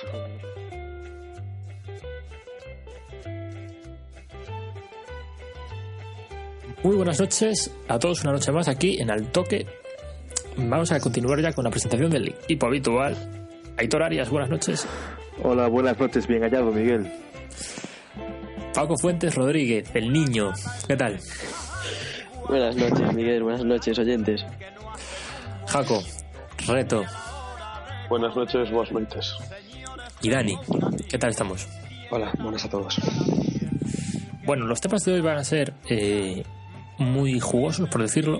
Muy buenas noches a todos, una noche más aquí en Al Toque. Vamos a continuar ya con la presentación del equipo habitual. Aitor Arias, buenas noches. Hola, buenas noches, bien hallado, Miguel. Paco Fuentes Rodríguez, el niño, ¿qué tal? Buenas noches, Miguel, buenas noches, oyentes. Jaco, Reto. Buenas noches, buenas noches. Y Dani, ¿qué tal estamos? Hola, buenas a todos. Bueno, los temas de hoy van a ser muy jugosos, por decirlo.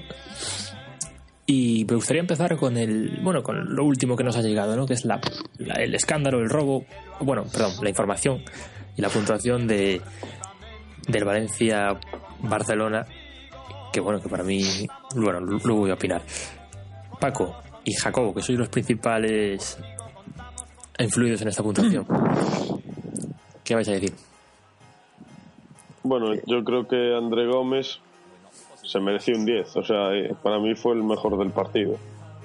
Y me gustaría empezar con con lo último que nos ha llegado, ¿no? Que es el escándalo, el robo, la información y la puntuación del Valencia-Barcelona, que para mí, lo voy a opinar. Paco y Jacobo, que sois los principales influidos en esta puntuación, ¿qué vais a decir? Bueno, yo creo que André Gómez se mereció un 10, o sea, para mí fue el mejor del partido.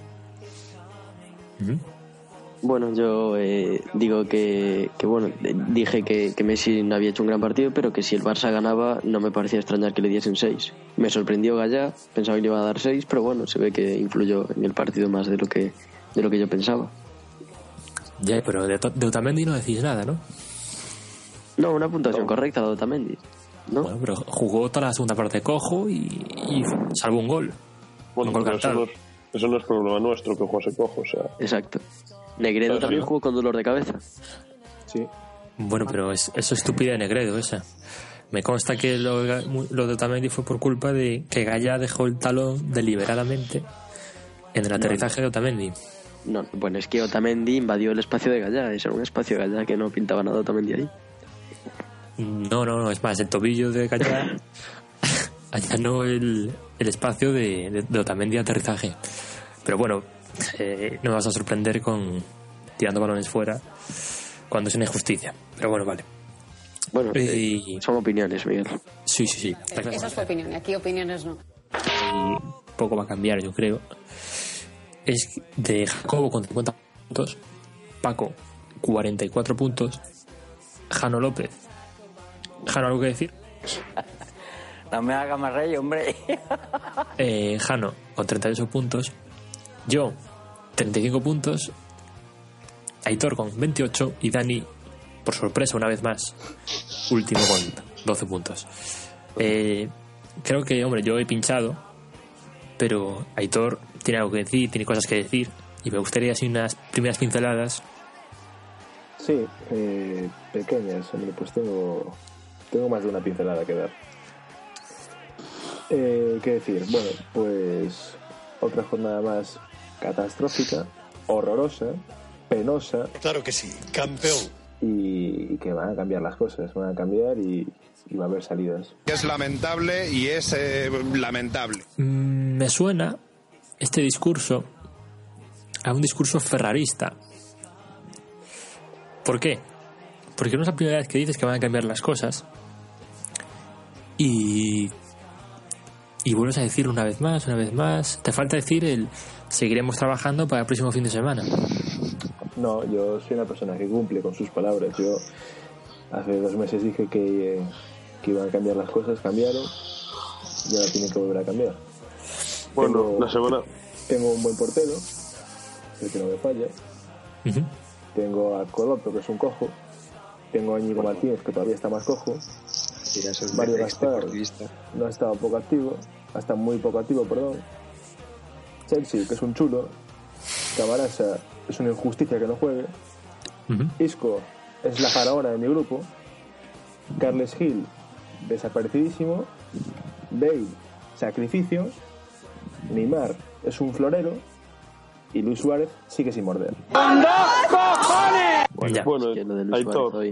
Bueno, yo digo que dije que Messi no había hecho un gran partido, pero que si el Barça ganaba no me parecía extrañar que le diesen 6. Me sorprendió Gallá, pensaba que le iba a dar 6, pero bueno, se ve que influyó en el partido más de lo que yo pensaba. Ya, pero de Otamendi no decís nada, ¿no? No, una puntuación correcta de Otamendi, ¿no? Bueno, pero jugó toda la segunda parte cojo y salvó un gol. Bueno, un gol cantado. Eso no es problema nuestro que jugase cojo, o sea. Exacto. Negredo también jugó con dolor de cabeza. Sí. Bueno, pero eso es estúpida de Negredo, esa. Me consta que lo de Otamendi fue por culpa de que Gallá dejó el talón deliberadamente en el aterrizaje de Otamendi. No, bueno, es que Otamendi invadió el espacio de Gallá. Ese era un espacio de Gallá que no pintaba nada Otamendi ahí. No, es más, el tobillo de Gallá allanó el espacio de Otamendi de aterrizaje. Pero bueno, no me vas a sorprender con tirando balones fuera cuando es una injusticia. Pero bueno, vale. Bueno, son opiniones, Miguel. Sí. Esa es tu opinión, y aquí opiniones no. Y poco va a cambiar, yo creo. Es de Jacobo con 50 puntos, Paco 44 puntos, Jano López. ¿Jano algo que decir? No me hagas más rey, hombre. Jano con 38 puntos, yo 35 puntos, Aitor con 28 y Dani, por sorpresa una vez más, último con 12 puntos. Creo que, yo he pinchado, pero Aitor tiene algo que decir, tiene cosas que decir, y me gustaría así unas primeras pinceladas. Sí, pequeñas, hombre, pues tengo más de una pincelada que dar. ¿Qué decir? Bueno, pues otra jornada más catastrófica, horrorosa, penosa. Claro que sí, campeón. Y que van a cambiar las cosas, van a cambiar y va a haber salidas. Es lamentable y es lamentable. Me suena este discurso a un discurso ferrarista. ¿Por qué? Porque no es la primera vez que dices que van a cambiar las cosas y vuelves a decir una vez más. Te falta decir seguiremos trabajando para el próximo fin de semana. No, yo soy una persona que cumple con sus palabras. Yo hace 2 meses dije que iban a cambiar las cosas, cambiaron y ahora tienen que volver a cambiar. Bueno, la semana... Tengo un buen portero, el que no me falla. Uh-huh. Tengo a Coloto, que es un cojo. Tengo a Íñigo Martínez, que todavía está más cojo. Mario Gaspar no ha estado poco activo. Ha estado muy poco activo, perdón. Chelsea, que es un chulo. Camarasa, es una injusticia que no juegue. Uh-huh. Isco es la faraona de mi grupo. Carles Gil, desaparecidísimo. Bale, sacrificio. Neymar es un florero. Y Luis Suárez sigue sin morder. ¡Anda, cojones! Bueno, Aitor,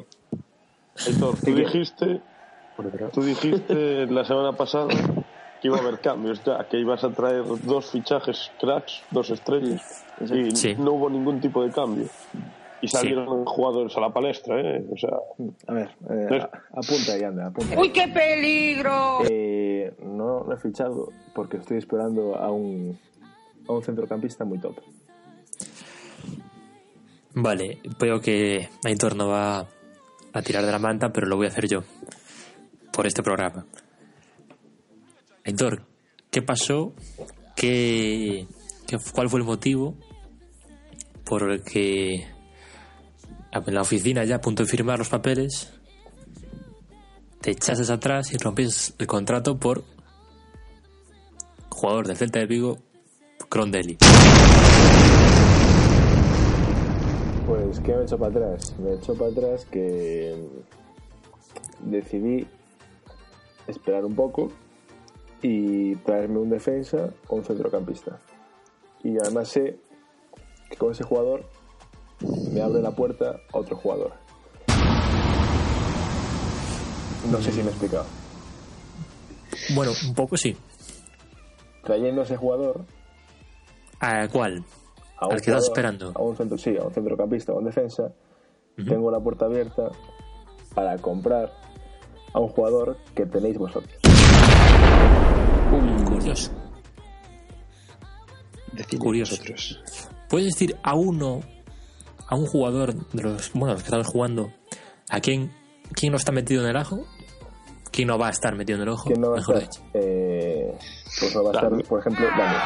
tú dijiste la semana pasada que iba a haber cambios ya, que ibas a traer 2 fichajes cracks, 2 estrellas, y no hubo ningún tipo de cambio. Y salieron jugadores a la palestra, o sea... A ver, apunta y anda, apunta. ¡Uy, qué peligro! No he fichado porque estoy esperando a un centrocampista muy top. Vale, veo que Aitor no va a tirar de la manta, pero lo voy a hacer yo por este programa. Aitor, ¿qué pasó? ¿Cuál fue el motivo por el que en la oficina, ya a punto de firmar los papeles, te echases atrás y rompes el contrato por jugador del Celta de Vigo, Crondelli? Pues, ¿qué me he hecho para atrás? Me he hecho para atrás que decidí esperar un poco y traerme un defensa o un centrocampista. Y además sé que con ese jugador me abre la puerta a otro jugador. No sé si me he explicado. Bueno, un poco sí. Trayendo a ese jugador... ¿A cuál? ¿Al que estás esperando? A un centrocampista o a un defensa. Tengo la puerta abierta para comprar a un jugador que tenéis vosotros. Curioso. Curioso. ¿Puedes decir a un jugador de los que estamos jugando, a quién no está metido en el ajo? ¿Quién no va a estar metido en el ojo? ¿Quién no va mejor a estar? Pues no va a estar, por ejemplo, Dani.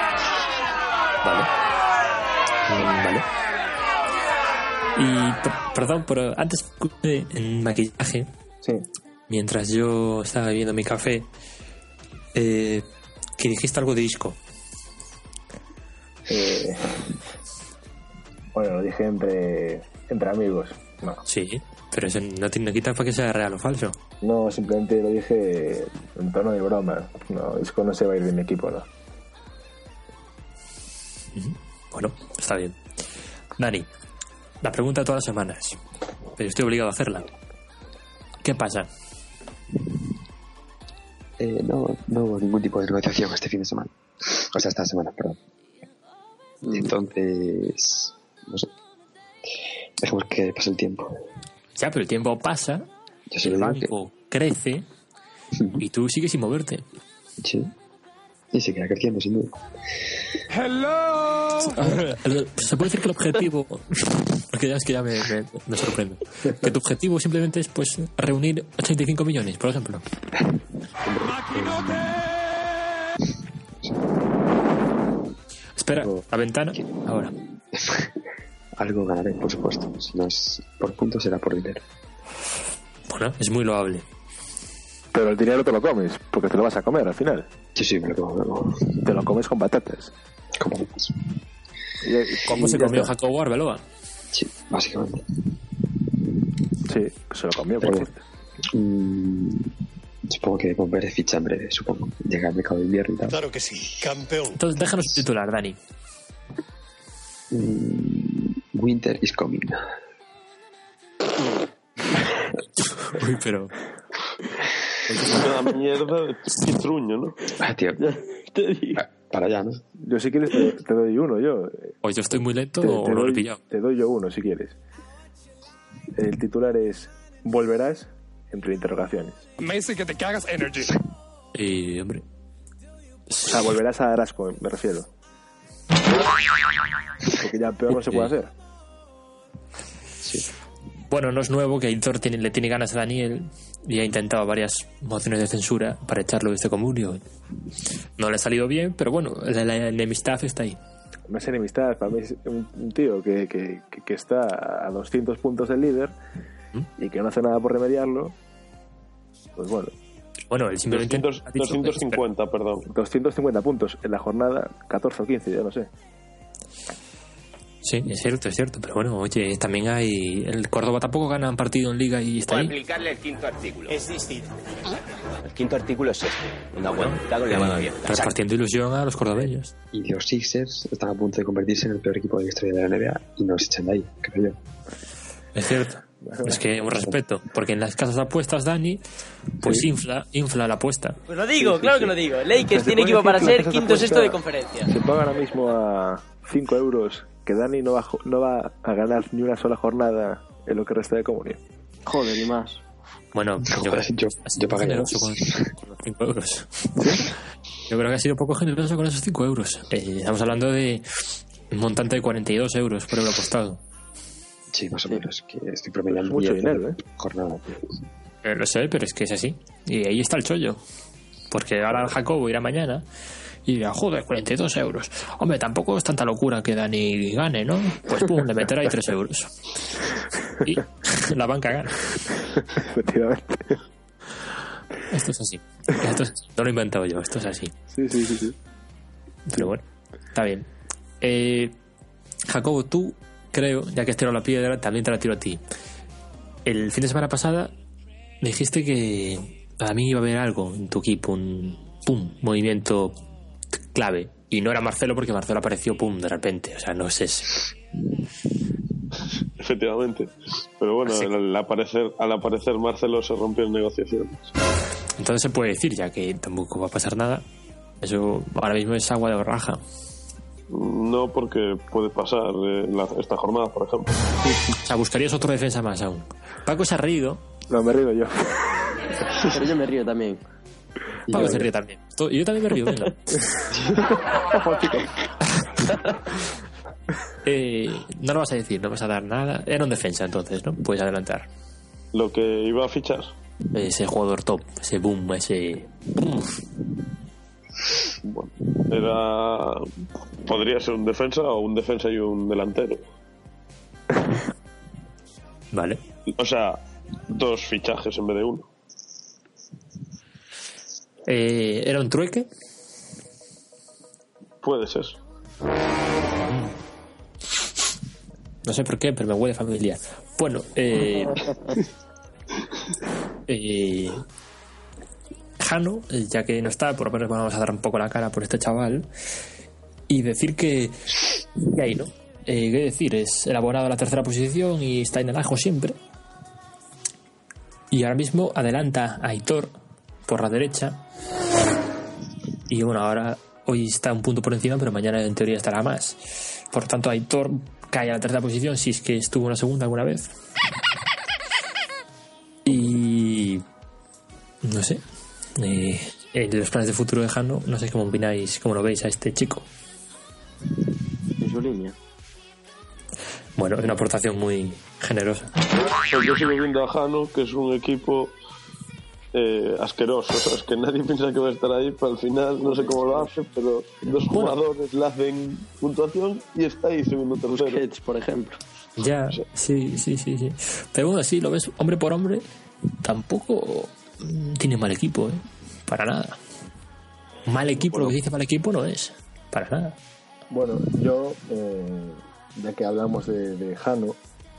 Vale. Y perdón, pero antes en maquillaje, sí, mientras yo estaba bebiendo mi café, que dijiste algo de disco. Bueno, lo dije entre amigos. No. Sí, pero eso no quita para que sea real o falso. No, simplemente lo dije en tono de broma. No, disco no se va a ir de mi equipo, ¿no? Bueno, está bien. Dani, la pregunta de todas las semanas, pero estoy obligado a hacerla. ¿Qué pasa? No hubo ningún tipo de negociación este fin de semana. O sea, esta semana, perdón. Entonces, no sé. Dejemos que pase el tiempo. Ya, pero el tiempo pasa, el banco crece y tú sigues sin moverte. Sí. Y seguirá creciendo, sin duda. ¡Hello! Se puede decir que el objetivo... Porque ya es que ya me sorprendo. Que tu objetivo simplemente es, pues, reunir 85 millones, por ejemplo. Espera, la ventana. Ahora. Algo ganaré, por supuesto. Si no es por puntos, será por dinero. Bueno, es muy loable. Pero el dinero te lo comes, porque te lo vas a comer al final. Sí, me lo como. Te lo comes con patatas. Con patatas. ¿Cómo se comió Jacobo Arbeloa? Sí, básicamente. Sí, se lo comió, por cierto. Supongo que volveré ficha en breve, supongo. Llega el mercado de invierno y tal. Claro que sí, campeón. Entonces déjanos un titular, Dani. Winter is coming. Uy, pero... Es una mierda de pitruño, ¿no? Tío. Para allá, ¿no? Yo si quieres te doy uno, yo. ¿O yo estoy muy lento o no lo he pillado? Te doy yo uno, si quieres. El titular es ¿volverás? Entre interrogaciones. Me dice que te cagas energy. Hombre. O sea, volverás a Arasco, me refiero. Porque ya peor no se puede hacer. Sí. Bueno, no es nuevo que Aitor le tiene ganas a Daniel y ha intentado varias mociones de censura para echarlo de este comunio. No le ha salido bien, pero bueno, la enemistad está ahí. No es enemistad, para mí es un tío que está a 200 puntos del líder y que no hace nada por remediarlo. Pues bueno. Bueno, él simplemente... 250, perdón. 250 puntos en la jornada 14 o 15, ya no sé. Sí, es cierto, pero bueno, oye, también hay... El Córdoba tampoco gana un partido en Liga y está ahí. Aplicarle el quinto artículo. Es distinto. El quinto artículo es este. Una vuelta con la mano abierta. Repartiendo ilusión a los cordobeños. Y los Sixers están a punto de convertirse en el peor equipo de la historia de la NBA y nos echan de ahí, creo yo. Es cierto. Es que un respeto, porque en las casas de apuestas, Dani, pues sí. infla la apuesta. Pues lo digo, claro que lo digo. Lakers tiene equipo para ser quinto sexto de conferencia. Se paga ahora mismo a 5 euros que Dani no va a ganar ni una sola jornada en lo que resta de comunión. Joder, y más. Bueno, yo pagaría con los 5 euros. Yo creo que ha sido poco generoso con esos 5 euros. Estamos hablando de un montante de 42 euros por euro apostado. Sí, más o menos. Que estoy promediando mucho dinero, jornada. Lo sé, pero es que es así. Y ahí está el chollo. Porque ahora el Jacobo irá mañana y dirá, joder, 42 euros. Hombre, tampoco es tanta locura que Dani gane, ¿no? Pues pum, le meterá ahí 3 euros. Y la banca gana. Efectivamente. Esto es así. No lo he inventado yo, esto es así. Sí. Pero bueno, está bien. Jacobo, tú, creo, ya que has tirado la piedra, también te la tiro a ti. El fin de semana pasada me dijiste que para mí iba a haber algo en tu equipo, un movimiento clave. Y no era Marcelo, porque Marcelo apareció de repente. O sea, no es ese. Efectivamente. Pero bueno, al aparecer Marcelo se rompió en negociaciones. Entonces se puede decir, ya que tampoco va a pasar nada, eso ahora mismo es agua de borraja. No, porque puede pasar esta jornada, por ejemplo. O sea, buscarías otro defensa más aún. Paco se ha reído. No, me río yo. Pero yo me río también. Paco se ríe también. Y yo también me río, venga. No lo vas a decir, no vas a dar nada. Era un defensa, entonces, ¿no? Puedes adelantar. Lo que iba a fichar. Ese jugador top, ese boom, ese... Bueno, podría ser un defensa o un defensa y un delantero. Vale. O sea, 2 fichajes en vez de 1. ¿Era un trueque? Puede ser. No sé por qué, pero me huele familiar. Bueno, Jano, ya que no está, por lo menos vamos a dar un poco la cara por este chaval y decir que ahí, ¿no? ¿Qué decir? Es elaborado a la 3ª posición y está en el ajo siempre. Y ahora mismo adelanta a Aitor por la derecha. Y bueno, ahora hoy está un punto por encima, pero mañana en teoría estará más. Por tanto, Aitor cae a la 3ª posición, si es que estuvo en la 2ª alguna vez. Y no sé, en los planes de futuro de Jano, no sé cómo opináis, cómo lo veis a este chico. En su línea. Bueno, es una aportación muy generosa. Pues yo sigo viendo a Jano, que es un equipo asqueroso. O sea, es que nadie piensa que va a estar ahí, pero al final no sé cómo lo hace, pero 2 jugadores le hacen puntuación y está ahí segundo, tercero. Busquets, por ejemplo. Ya, sí. Pero bueno, sí, lo ves hombre por hombre, tampoco tiene mal equipo, para nada. Mal equipo, lo que dice mal equipo no es, para nada. Bueno, yo, ya que hablamos de Jano,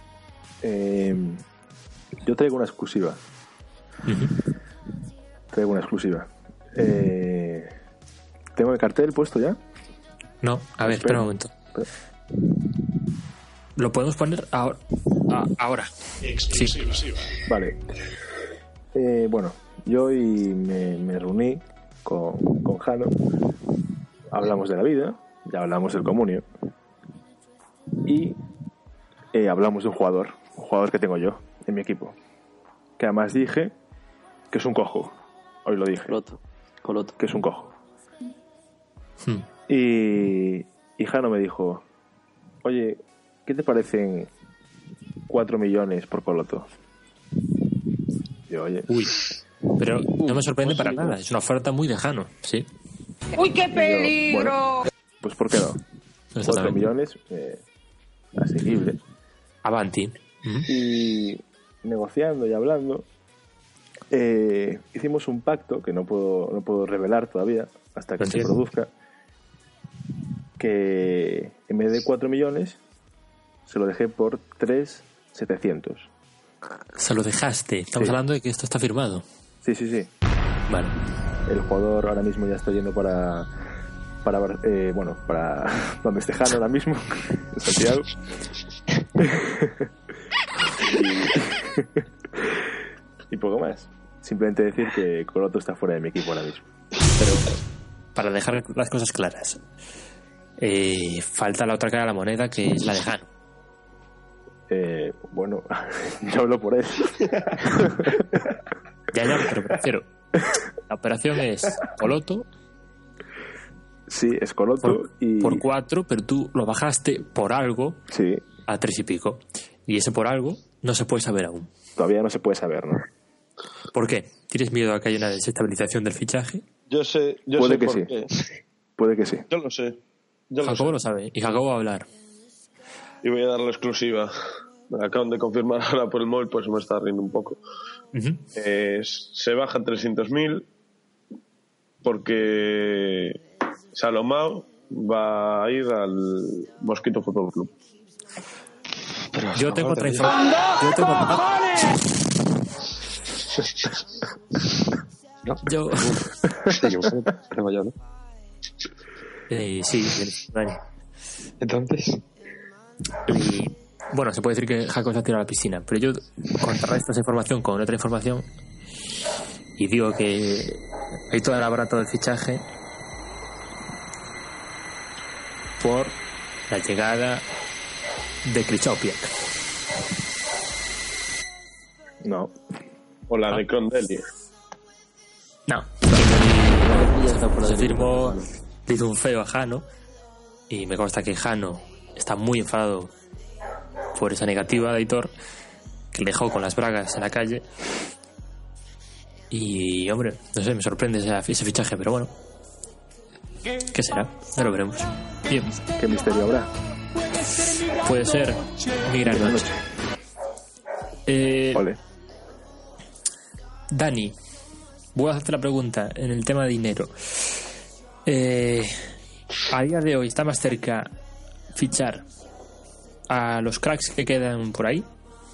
yo traigo una exclusiva. ¿Tengo el cartel puesto ya? No, a ver, espera un momento. Lo podemos poner ahora. Exclusiva. Sí. Vale. Bueno, yo hoy me reuní con Jano. Hablamos de la vida, ya hablamos del comunio. Y hablamos de un jugador que tengo yo en mi equipo. Que además dije que es un cojo. Hoy lo dije. Coloto. Que es un cojo. Y Jano me dijo, oye, ¿qué te parecen 4 millones por Coloto? Yo, oye. Uy, pero no me sorprende para nada. Es una oferta muy de Jano, sí. ¡Uy, qué peligro! Bueno, pues ¿por qué no? 4 millones, asequible. Avanti. Y negociando y hablando, hicimos un pacto que no puedo revelar todavía hasta que se produzca, que en vez de 4 millones se lo dejé por 3.700. Se lo dejaste. Estamos hablando de que esto está firmado. Sí. Vale. El jugador ahora mismo ya está yendo para donde esté Jano ahora mismo, en Santiago. Y poco más. Simplemente decir que Coloto está fuera de mi equipo ahora mismo. Pero para dejar las cosas claras, falta la otra cara de la moneda, que es la de Jano. Bueno, yo hablo por él. Ya, pero prefiero. La operación es Coloto. Sí, es Coloto. Por 4, pero tú lo bajaste por algo. Sí. A 3 y pico. Y ese por algo no se puede saber aún. Todavía no se puede saber, ¿no? ¿Por qué? ¿Tienes miedo a que haya una desestabilización del fichaje? Yo sé Puede que por sí. qué. Puede que sí. Yo lo sé. Jacobo lo sabe. Y Jacobo va a hablar. Y voy a dar la exclusiva. Me acaban de confirmar ahora por el móvil, pues me está riendo un poco. Se baja 300.000 porque Salomao va a ir al Mosquito Fútbol Club. Yo tengo otra información. Yo tengo yo, ¿no? Sí, Dani. Entonces, y bueno, se puede decir que Jacob se ha tirado a la piscina, pero yo contrarresto esta información con otra información y digo que hay todo el aparato del fichaje por la llegada de Krychowiak. No. O la de Crondelli. No. Se firmó, le hizo un feo a Jano y me consta que Jano está muy enfadado por esa negativa de Aitor, que le dejó con las bragas en la calle. Y hombre, no sé, me sorprende ese fichaje, pero bueno, ¿qué será? Ya lo veremos. Bien. ¿Qué misterio habrá? Puede ser mi gran noche. Ole. Dani, voy a hacerte la pregunta en el tema de dinero. A día de hoy está más cerca fichar a los cracks que quedan por ahí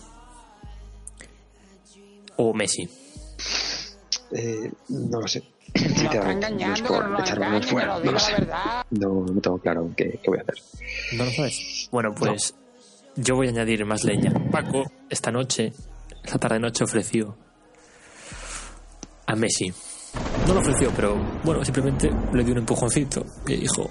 o Messi. No lo sé. No es por echarme fuera. No lo sé. No tengo claro qué voy a hacer. ¿No lo sabes? Bueno, pues yo voy a añadir más leña. Paco esta tarde-noche ofreció a Messi. No lo ofreció, pero bueno, simplemente le dio un empujoncito y dijo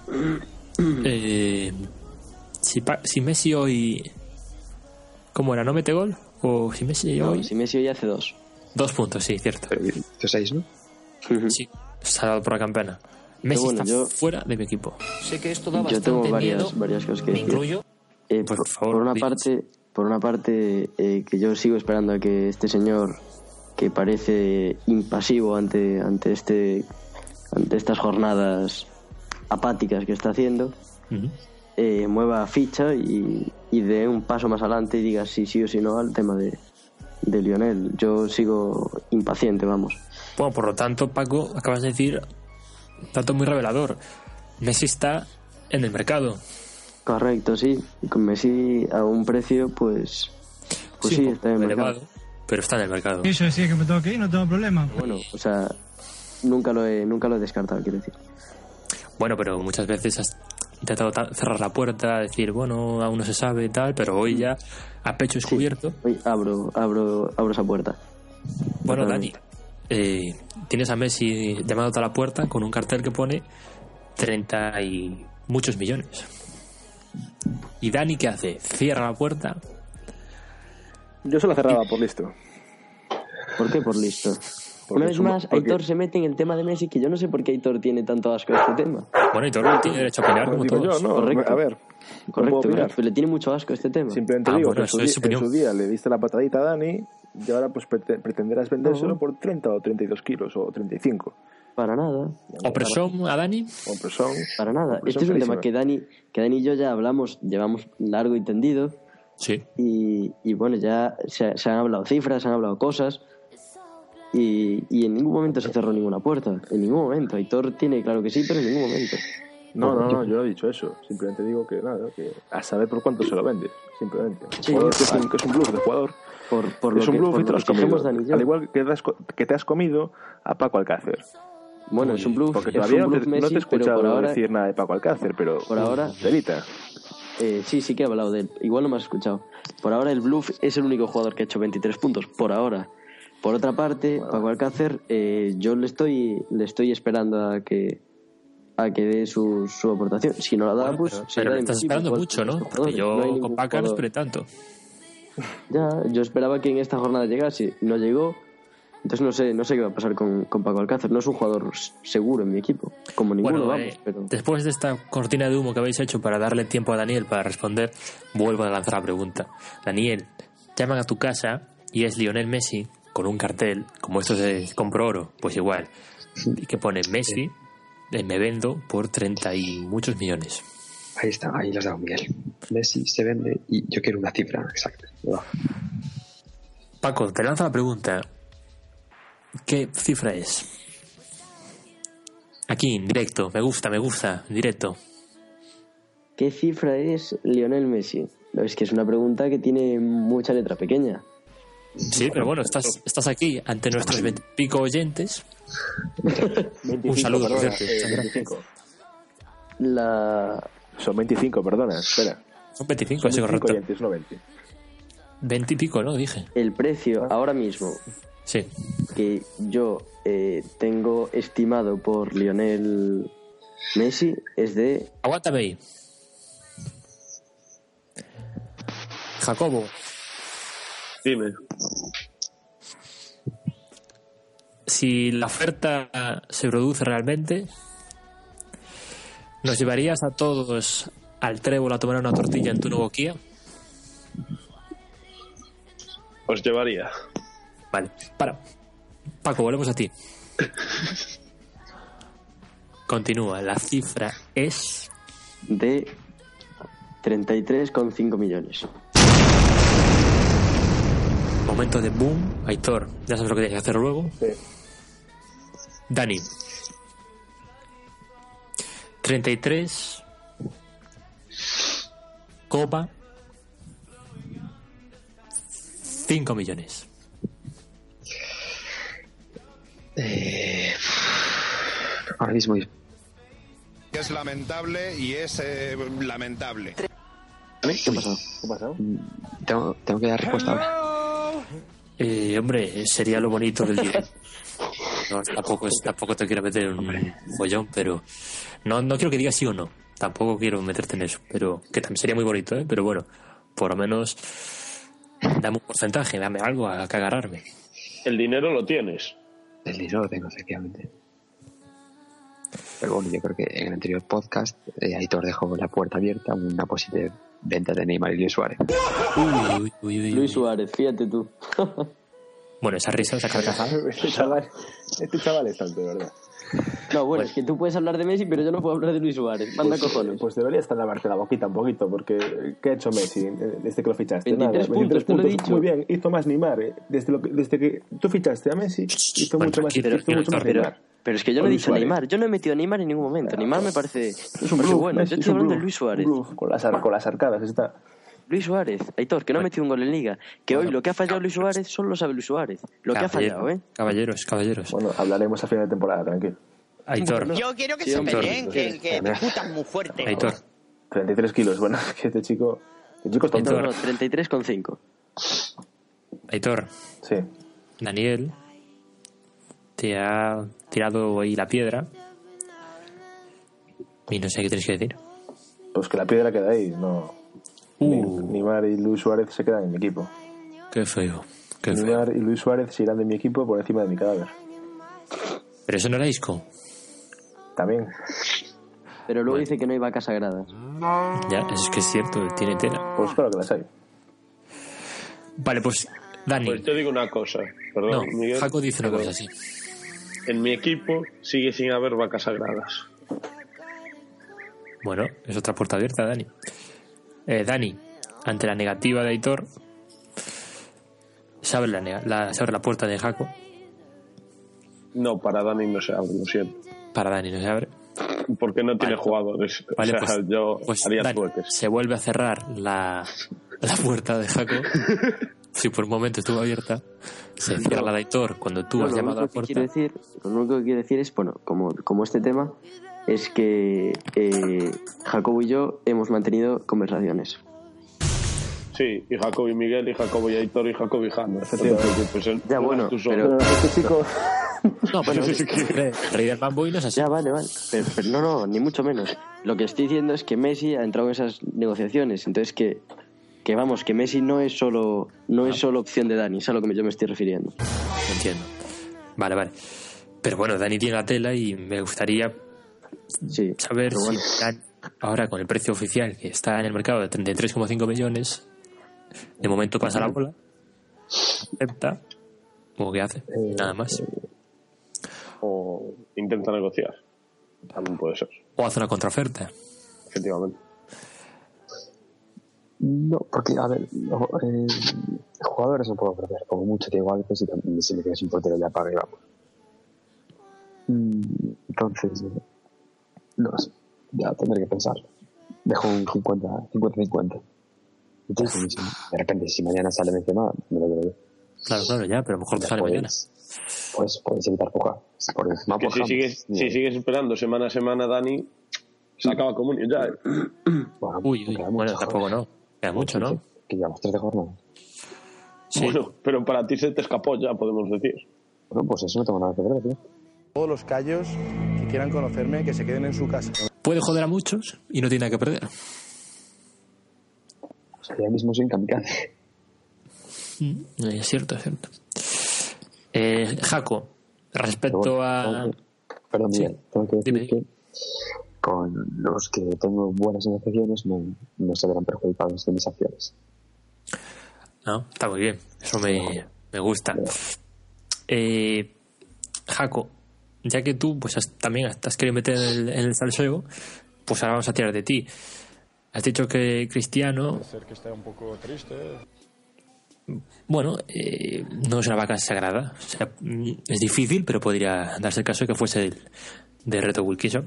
si Messi hoy, ¿cómo era? ¿No mete gol? O si Messi hoy... Si Messi hoy hace 2 puntos, sí, cierto. 6, ¿no? Sí, se ha dado por la campana. Messi está fuera de mi equipo. Sé que esto da yo bastante tengo miedo. varias cosas que decir. ¿Incluyo? Por favor, por una parte que yo sigo esperando a que este señor, que parece impasivo ante estas jornadas apáticas que está haciendo, mueva ficha y dé un paso más adelante y diga si sí o si no al tema de Lionel. Yo sigo impaciente, vamos. Bueno, por lo tanto, Paco, acabas de decir dato muy revelador. Messi está en el mercado. Correcto, sí. Con Messi a un precio, pues sí, está en el mercado. Pero está en el mercado. Y yo decía que me tengo que ir, no tengo problema. Bueno, o sea, nunca lo he descartado, quiero decir. Bueno, pero muchas veces has intentado cerrar la puerta, decir, bueno, aún no se sabe y tal, pero hoy ya a pecho descubierto. Sí, hoy abro esa puerta. Bueno, Dani, tienes a Messi llamándote a la puerta con un cartel que pone 30 y muchos millones. ¿Y Dani qué hace? ¿Cierra la puerta? Yo se la cerraba por listo. ¿Por qué por listo? Una vez más, Aitor se mete en el tema de Messi, que yo no sé por qué Aitor tiene tanto asco a este tema. Bueno, Aitor no tiene derecho a opinar como todos. Yo, no, correcto. A ver, correcto, pero le tiene mucho asco a este tema. Simplemente digo que en su día le diste la patadita a Dani y ahora pues pretenderás vendérselo por 30 o 32 kilos o 35. Para nada. ¿Opresión a Dani? Opresión. Para nada. Este es un tema que Dani y yo ya hablamos, llevamos largo y tendido. Sí. Y bueno, ya se han hablado cifras, se han hablado cosas. Y en ningún momento se cerró ninguna puerta. En ningún momento. Aitor tiene claro que sí, pero en ningún momento. No, yo no he dicho eso. Simplemente digo que nada, que a saber por cuánto se lo vende. Simplemente. Sí, que es un bluff de jugador. Es un bluff y te lo has comido. Al igual que te has comido a Paco Alcácer. Bueno, es un bluff. Porque todavía no te he escuchado decir nada de Paco Alcácer, pero por ahora delita. Sí que he hablado de él. Igual no me has escuchado. Por ahora el bluff es el único jugador que ha hecho 23 puntos. Por ahora. Por otra parte, Paco Alcácer, yo le estoy esperando a que dé su aportación. Si no la da, pues... Pero le estás esperando mucho, ¿no? Porque yo con Paco no esperé tanto. Ya, yo esperaba que en esta jornada llegase. No llegó. Entonces no sé qué va a pasar con Paco Alcácer. No es un jugador seguro en mi equipo, como ninguno, pero... Después de esta cortina de humo que habéis hecho para darle tiempo a Daniel para responder, vuelvo a lanzar la pregunta. Daniel, llaman a tu casa y es Lionel Messi con un cartel, como esto se compró oro, pues igual, y que pone Messi, me vendo por 30 y muchos millones. Ahí está, ahí lo has dado, Miguel. Messi se vende y yo quiero una cifra exacta. Paco, te lanzo la pregunta. ¿Qué cifra es? Aquí, en directo. Me gusta, en directo. ¿Qué cifra es Lionel Messi? Es que es una pregunta que tiene mucha letra pequeña. Sí, pero bueno, estás aquí ante nuestros 20 y pico oyentes. 25, un saludo, perdona, por cierto. 25. La... Son 25, perdona, espera. Son 25, sí, correcto. Oyentes, no 20. 20 y pico, ¿no? Dije. El precio ahora mismo sí. que yo tengo estimado por Lionel Messi es de... Aguántame ahí. Jacobo. Dime. Si la oferta se produce realmente, ¿nos llevarías a todos al Trébol a tomar una tortilla en tu nuevo Kia? Os llevaría. Vale, para. Paco, volvemos a ti. Continúa, la cifra es... de 33,5 millones. Momento de boom. Aitor, ya sabes lo que tienes que hacer luego. Sí. Dani. 33 copa 5 millones. Ahora mismo es lamentable y es lamentable. ¿Qué ha pasado? Tengo que dar respuesta ahora. Hombre, sería lo bonito del día. No, tampoco te quiero meter en un follón, pero no quiero que digas sí o no. Tampoco quiero meterte en eso, pero que también sería muy bonito, ¿eh? Pero bueno, por lo menos dame un porcentaje, dame algo a que agarrarme. El dinero lo tienes. El dinero lo tengo, efectivamente. Pero bueno, yo creo que en el anterior podcast Aitor dejó la puerta abierta a una posible venta de Neymar y Luis Suárez. Uy. Luis Suárez, fíjate tú. Bueno, esa risa, esa carcajada. Este chaval es tanto, de verdad. No, bueno, es que tú puedes hablar de Messi, pero yo no puedo hablar de Luis Suárez. Manda cojones. Pues debería estar lavarte la boquita un poquito, porque ¿qué ha hecho Messi desde que lo fichaste? 23 Nada, puntos, te lo he dicho. Muy bien, hizo más Neymar. Desde que tú fichaste a Messi, hizo mucho más Neymar. Pero es que yo no he dicho Neymar. Yo no he metido a Neymar en ningún momento. Neymar me parece bueno. Yo estoy hablando de Luis Suárez. Con las arcadas está. Luis Suárez, Aitor, que no ha metido un gol en Liga. Que hoy lo que ha fallado Luis Suárez solo lo sabe Luis Suárez. Lo que ha fallado, ¿eh? Caballeros. Bueno, hablaremos a final de temporada, tranquilo. Aitor. Yo quiero que se peleen, que me putan muy fuerte. Aitor. 33 kilos, bueno, que este chico está tonto. No, 33,5. Aitor. Sí. Daniel te ha tirado ahí la piedra y no sé qué tienes que decir. Pues que la piedra queda ahí, no. Neymar y Luis Suárez se quedan en mi equipo. Qué feo. Neymar y Luis Suárez se irán de mi equipo por encima de mi cadáver. Pero eso no era Isco. También. Pero luego dice que no hay vacas sagradas. Ya, eso es que es cierto, tiene tela. Pues claro que las hay. Vale, pues Dani. Pues te digo una cosa, perdón, No, Miguel. Jaco dice una cosa así. En mi equipo sigue sin haber vacas sagradas. Bueno, es otra puerta abierta, Dani. Dani, ante la negativa de Aitor, se abre la puerta de Jaco. No, para Dani no se abre, lo siento. Para Dani no se abre. Porque no tiene jugadores. Vale, o sea, yo haría Dani, trueques. se vuelve a cerrar la puerta de Jaco. Si por un momento estuvo abierta, se cierra la de Aitor cuando tú has llamado a la puerta. Lo único que quiero decir es, bueno, como este tema es que Jacobo y yo hemos mantenido conversaciones. Sí, y Jacobo y Miguel, y Jacobo y Aitor, y Jacobo y Jano. Pues ya, bueno, pero este chico... No, bueno, el rey del bambú y no es así. Ya, vale. Pero no, ni mucho menos. Lo que estoy diciendo es que Messi ha entrado en esas negociaciones. Entonces que vamos, que Messi no es solo opción de Dani, es a lo que yo me estoy refiriendo. Entiendo. Vale. Pero bueno, Dani tiene la tela y me gustaría saber si Dani, ahora con el precio oficial que está en el mercado de 33,5 millones, de momento pasa la bola, acepta, o qué hace, nada más. O intenta negociar, también puede ser. O hace una contraoferta. Efectivamente. No, porque, a ver, jugadores no puedo perder, como mucho que igual, pues si me quedo sin portero ya paga y vamos. Entonces, no sé, ya tendré que pensar. Dejo un 50-50. Entonces, de repente, si mañana sale Benzema, me lo creo. Claro, ya, pero a lo mejor te sale mañana. Pues puedes evitar poca. Si sigues esperando semana a semana, Dani, se acaba Comunio ya. Bueno, tampoco no. Queda mucho, ¿no? Que llevamos 3 de jornada. Sí. Bueno, pero para ti se te escapó ya, podemos decir. Bueno, pues eso no tengo nada que ver, tío. Todos los callos que quieran conocerme, que se queden en su casa. Puede joder a muchos y no tiene nada que perder. O sea, ya mismo soy kamikaze. Es cierto. Jaco, respecto a... Perdón, Miguel, tengo que decir que con los que tengo buenas negociaciones no se verán perjudicados de mis acciones. No, está muy bien, eso me gusta. Jaco, ya que tú pues también has querido meter en el salseo, pues ahora vamos a tirar de ti. Has dicho que Cristiano... Puede ser que esté un poco triste. Bueno, no es una vaca sagrada. O sea, es difícil, pero podría darse el caso de que fuese de Reto Wilkinson.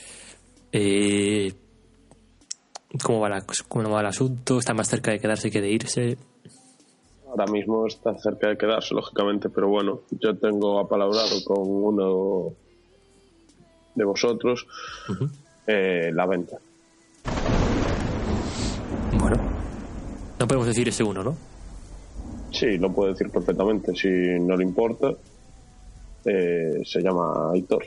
¿Cómo va el asunto? ¿Está más cerca de quedarse que de irse? Ahora mismo está cerca de quedarse, lógicamente, pero bueno, yo tengo apalabrado con uno de vosotros la venta. Bueno, no podemos decir ese uno, ¿no? Sí, lo puedo decir perfectamente, si no le importa. Se llama Aitor.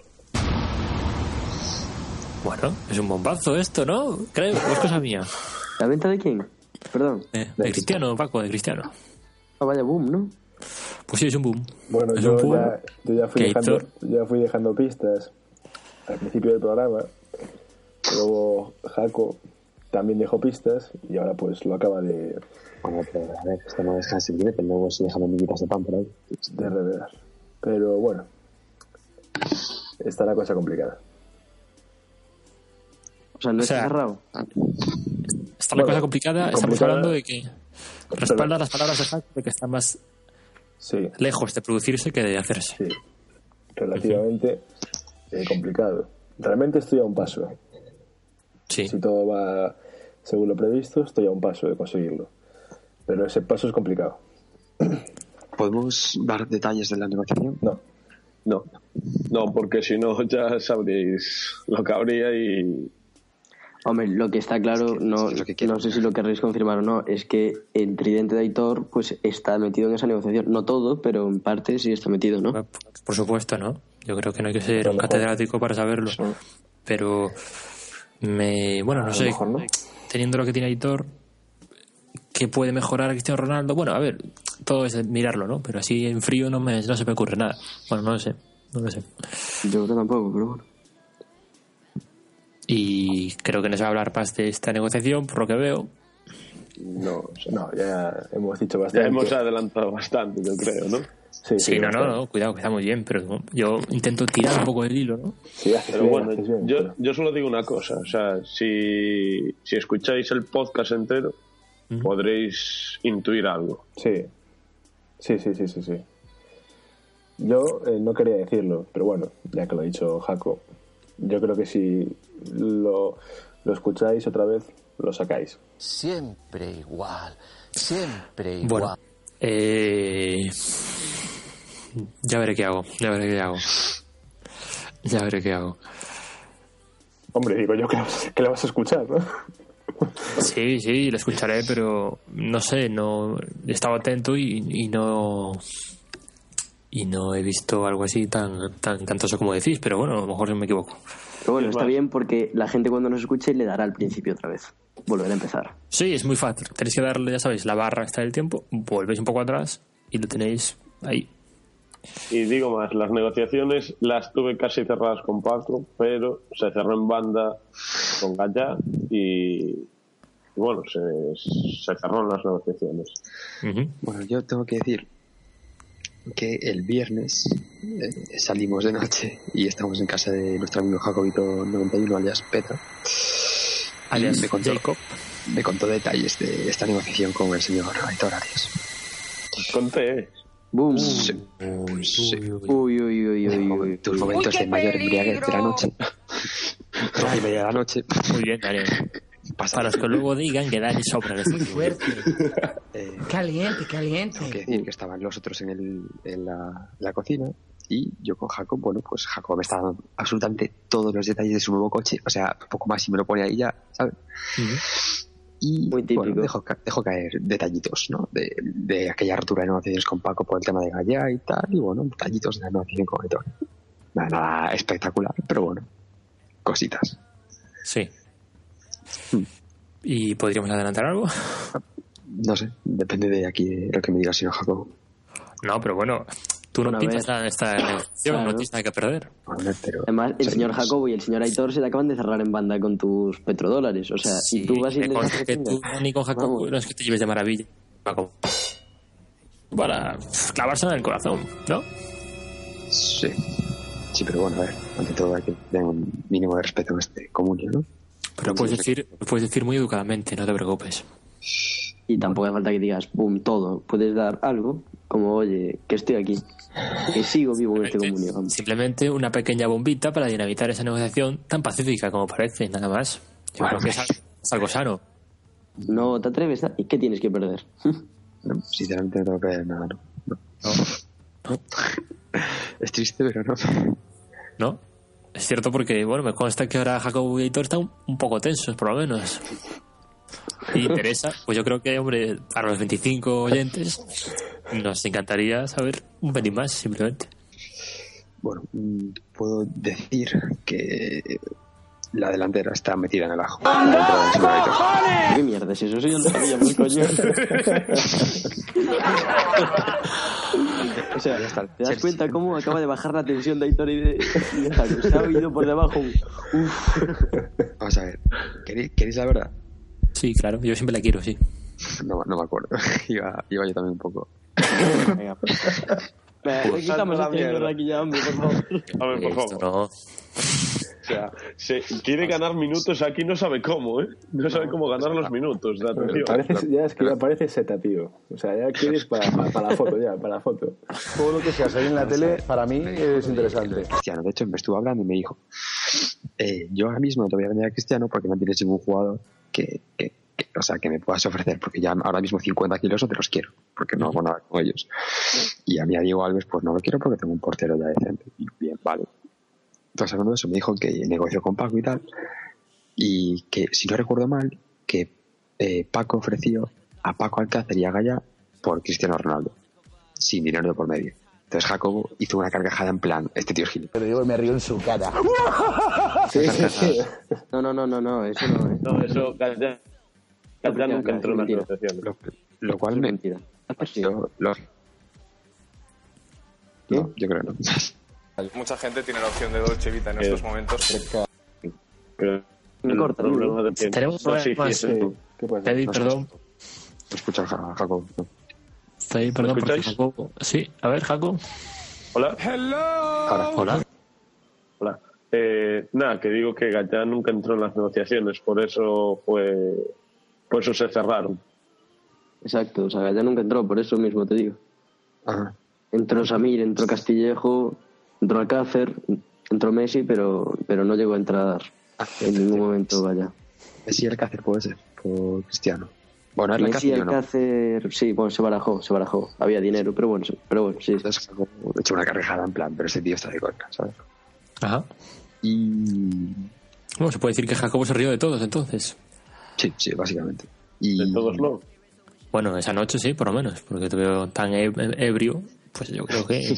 Bueno, es un bombazo esto, ¿no? Creo, es cosa mía. ¿La venta de quién? Perdón. De Cristiano, Paco, de Cristiano. Ah, vaya boom, ¿no? Pues sí, es un boom. Bueno, yo ya fui dejando pistas al principio del programa. Luego Jaco también dejó pistas y ahora pues lo acaba de... Bueno, pero a ver, esto no deja de servir, pero luego se dejan amiguitas de pan por ahí. De revelar. Pero bueno, está la cosa complicada. O sea, no está cerrado. Está la cosa complicada. Estamos hablando de que respalda las palabras de Jaco de que está más lejos de producirse que de hacerse. Sí, relativamente complicado. Realmente estoy a un paso. Sí. Si todo va según lo previsto, estoy a un paso de conseguirlo. Pero ese paso es complicado. ¿Podemos dar detalles de la negociación? No, porque si no ya sabréis lo que habría y... Hombre, lo que está claro, no sé si lo querréis confirmar o no, es que el tridente de Aitor pues está metido en esa negociación. No todo, pero en parte sí está metido, ¿no? Por supuesto, ¿no? Yo creo que no hay que ser un catedrático para saberlo. Sí. Pero no sé, teniendo lo que tiene Aitor, ¿qué puede mejorar a Cristiano Ronaldo? Bueno, a ver, todo es mirarlo, ¿no? Pero así en frío no se me ocurre nada. Bueno, no lo sé. Yo creo tampoco, pero bueno. Y creo que no se va a hablar más de esta negociación, por lo que veo. No, ya hemos dicho bastante. Ya hemos adelantado bastante, yo creo, ¿no? Sí, no, cuidado, que está muy bien, pero yo intento tirar un poco del hilo, ¿no? Sí, pero bueno, yo solo digo una cosa, o sea, si escucháis el podcast entero, podréis intuir algo. Sí. Yo no quería decirlo, pero bueno, ya que lo ha dicho Jaco, yo creo que si lo escucháis otra vez, lo sacáis. Siempre igual. Bueno, ya veré qué hago. Hombre, digo yo que le vas a escuchar, ¿no? Sí, lo escucharé, pero no sé, no he estado atento y no he visto algo así tan cantoso como decís, pero bueno, a lo mejor me equivoco. Pero bueno, está bien porque la gente cuando nos escuche le dará al principio otra vez. Volver a empezar. Sí, es muy fácil. Tenéis que darle, ya sabéis, la barra está del tiempo, volvéis un poco atrás y lo tenéis ahí. Y digo más, las negociaciones las tuve casi cerradas con Paco, pero se cerró en banda con Gallá y bueno, se cerraron las negociaciones. Bueno, yo tengo que decir que el viernes salimos de noche y estamos en casa de nuestro amigo Jacobito91, alias Petra. Alias Jacob. Me contó detalles de esta negociación con el señor Aitor Arias. Conté. Boom. Sí. Uy. Tus momentos de mayor embriaguez de la noche. 12:30 de la noche. Muy bien, Daniel. Para los que luego digan que Dani sopra el Muy fuerte. Caliente. Tengo que decir que estaban los otros en la cocina y yo con Jacob, bueno, pues Jacob me estaba dando absolutamente todos los detalles de su nuevo coche, o sea, poco más y me lo pone ahí ya, ¿sabes? Y muy típico. Bueno, dejo caer detallitos, ¿no? De aquella rotura de negociaciones con Paco por el tema de Gallá y tal, y bueno, detallitos de la negociación con Aitor. Nada espectacular, pero bueno, cositas. Sí. ¿Y podríamos adelantar algo? No sé, depende de aquí de lo que me diga el señor Jacob. No, pero bueno, tú no pintas nada en esta negociación, no tienes nada que perder. Además, el señor Jacobo y el señor Aitor se te acaban de cerrar en banda con tus petrodólares. O sea, sí, y tú vas a ir que tú ni con Jacobo no es que te lleves de maravilla para clavársela en el corazón, ¿no? Sí, pero bueno, a ver, ante todo hay que tener un mínimo de respeto en este comunio, ¿no? Pero puedes decir muy educadamente, no te preocupes. Y tampoco hace falta que digas, boom, todo. Puedes dar algo, como, oye, que estoy aquí, que sigo vivo en este comunio. Simplemente una pequeña bombita para dinamitar esa negociación tan pacífica como parece, nada más. Yo creo que es algo sano. No te atreves, ¿y qué tienes que perder? No, sinceramente no tengo que perder nada, no. Es triste, pero no. ¿No? Es cierto porque, bueno, me consta que ahora Jacobo y Aitor están un poco tensos, por lo menos. Y Teresa, pues yo creo que, hombre, para los 25 oyentes nos encantaría saber un pelín más, simplemente. Bueno, puedo decir que la delantera está metida en el ajo. ¿Qué mierda es eso? Si yo no sabía, muy coño. O sea, ¿te das cuenta cómo acaba de bajar la tensión de Aitor y de Jacob? Se ha oído por debajo. Vamos a ver, ¿queréis la verdad? Sí, claro, yo siempre la quiero, sí. No me acuerdo. Iba yo también un poco. Venga. Quitamos este mierda aquí ya, hombre, por favor. A ver, por favor. No. O sea, quiere ganar minutos aquí, no sabe cómo, ¿eh? No sabe cómo ganar los minutos de atención. Ya es que ya parece seta, tío. O sea, ya quieres para la foto, para la foto. Todo lo que sea salir en la tele, para mí es interesante. Cristiano, de hecho, me estuvo hablando y me dijo, yo ahora mismo no te voy a vender a Cristiano porque no tienes ningún jugador que me puedas ofrecer, porque ya ahora mismo 50 kilos no te los quiero, porque no hago nada con ellos. Y a mí a Diego Alves pues no lo quiero porque tengo un portero ya decente. Y bien, vale. Entonces, hablando de eso, me dijo que negoció con Paco y tal, y que, si no recuerdo mal, que Paco ofreció a Paco Alcácer y a Gallá por Cristiano Ronaldo, sin dinero de por medio. Entonces Jacobo hizo una carcajada en plan, este tío es gil. Pero yo me río en su cara. Sí. No, eso no, ¿eh? No, eso Gallá nunca entró en las negociaciones. Lo cual es mentira. No, yo creo que no. Mucha gente tiene la opción de Dolce Vita en estos momentos. Me corta. Tenemos problemas. Pedir perdón. Escucha, Jacob. Pedir perdón porque Jacob. Sí, a ver, Jacob. Hola. Hola. Nada, que digo que Gallá nunca entró en las negociaciones, por eso se cerraron. Exacto, o sea, Gallá nunca entró, por eso mismo te digo. Ajá. Entró Samir, entró Castillejo, entró Alcácer, entró Messi, pero no llegó a entrar en ningún momento Gallá. Messi y Alcácer puede ser, por Cristiano. Bueno, Messi y Alcácer, no. Sí, bueno, se barajó. Había dinero, pero bueno, sí. Entonces, he hecho una carrejada en plan, pero ese tío está de coña, ¿sabes? Ajá. Y... Bueno, se puede decir que Jacobo se rió de todos, entonces. Sí, básicamente. ¿De todos no? Bueno, esa noche sí, por lo menos, porque te veo tan ebrio, pues yo creo que...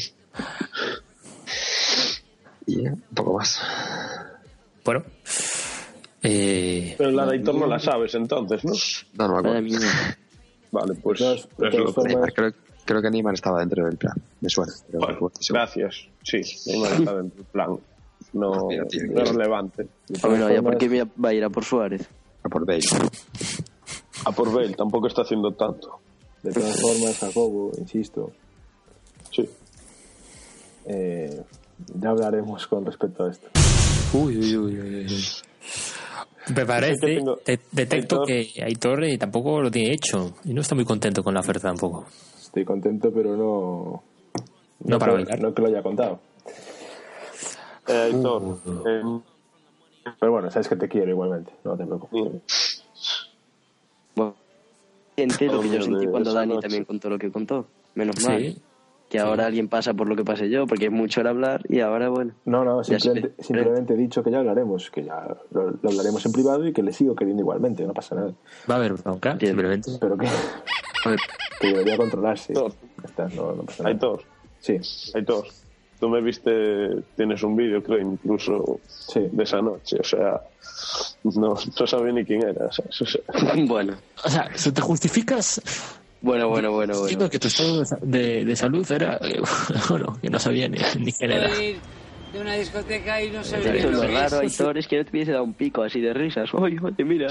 Y un poco más. Bueno. Pero la de Aitor no la sabes entonces, ¿no? No me acuerdo. Vale, pues creo que Neymar estaba dentro del plan. Me suena. Pero bueno, gracias. Sí, Neymar está dentro del plan. No es relevante. Bueno, ¿ya por qué va a ir a por Suárez? A por Bale. A por Bale, tampoco está haciendo tanto. De todas formas, Jacobo, insisto. Sí. Ya hablaremos con respecto a esto. Uy. Me parece, detecto que Aitor tampoco lo tiene hecho y no está muy contento con la oferta tampoco. Estoy contento, pero no para bailar. No que lo haya contado. Aitor, pero bueno, sabes que te quiero igualmente, no te preocupes. Bueno, entiendo lo que yo sentí cuando Dani también contó lo que contó. Menos mal. Que ahora alguien pasa por lo que pasé yo, porque es mucho el hablar y ahora, bueno. No, simplemente he dicho que ya hablaremos, que ya lo hablaremos en privado y que le sigo queriendo igualmente, no pasa nada. Va a haber bronca, simplemente. Pero que debería controlarse. No pasa nada. Aitor. Sí. Aitor, tú me viste, tienes un vídeo, creo, incluso de esa noche, o sea, no sabía ni quién era, ¿sabes? O sea. Bueno. O sea, si te justificas... Bueno. Digo que tu estado de salud era... bueno, que no sabía ni quién era. De una discoteca y no sabía... Eso es lo raro, Aitor, es que no te hubiese dado un pico así de risas. Oye, mira.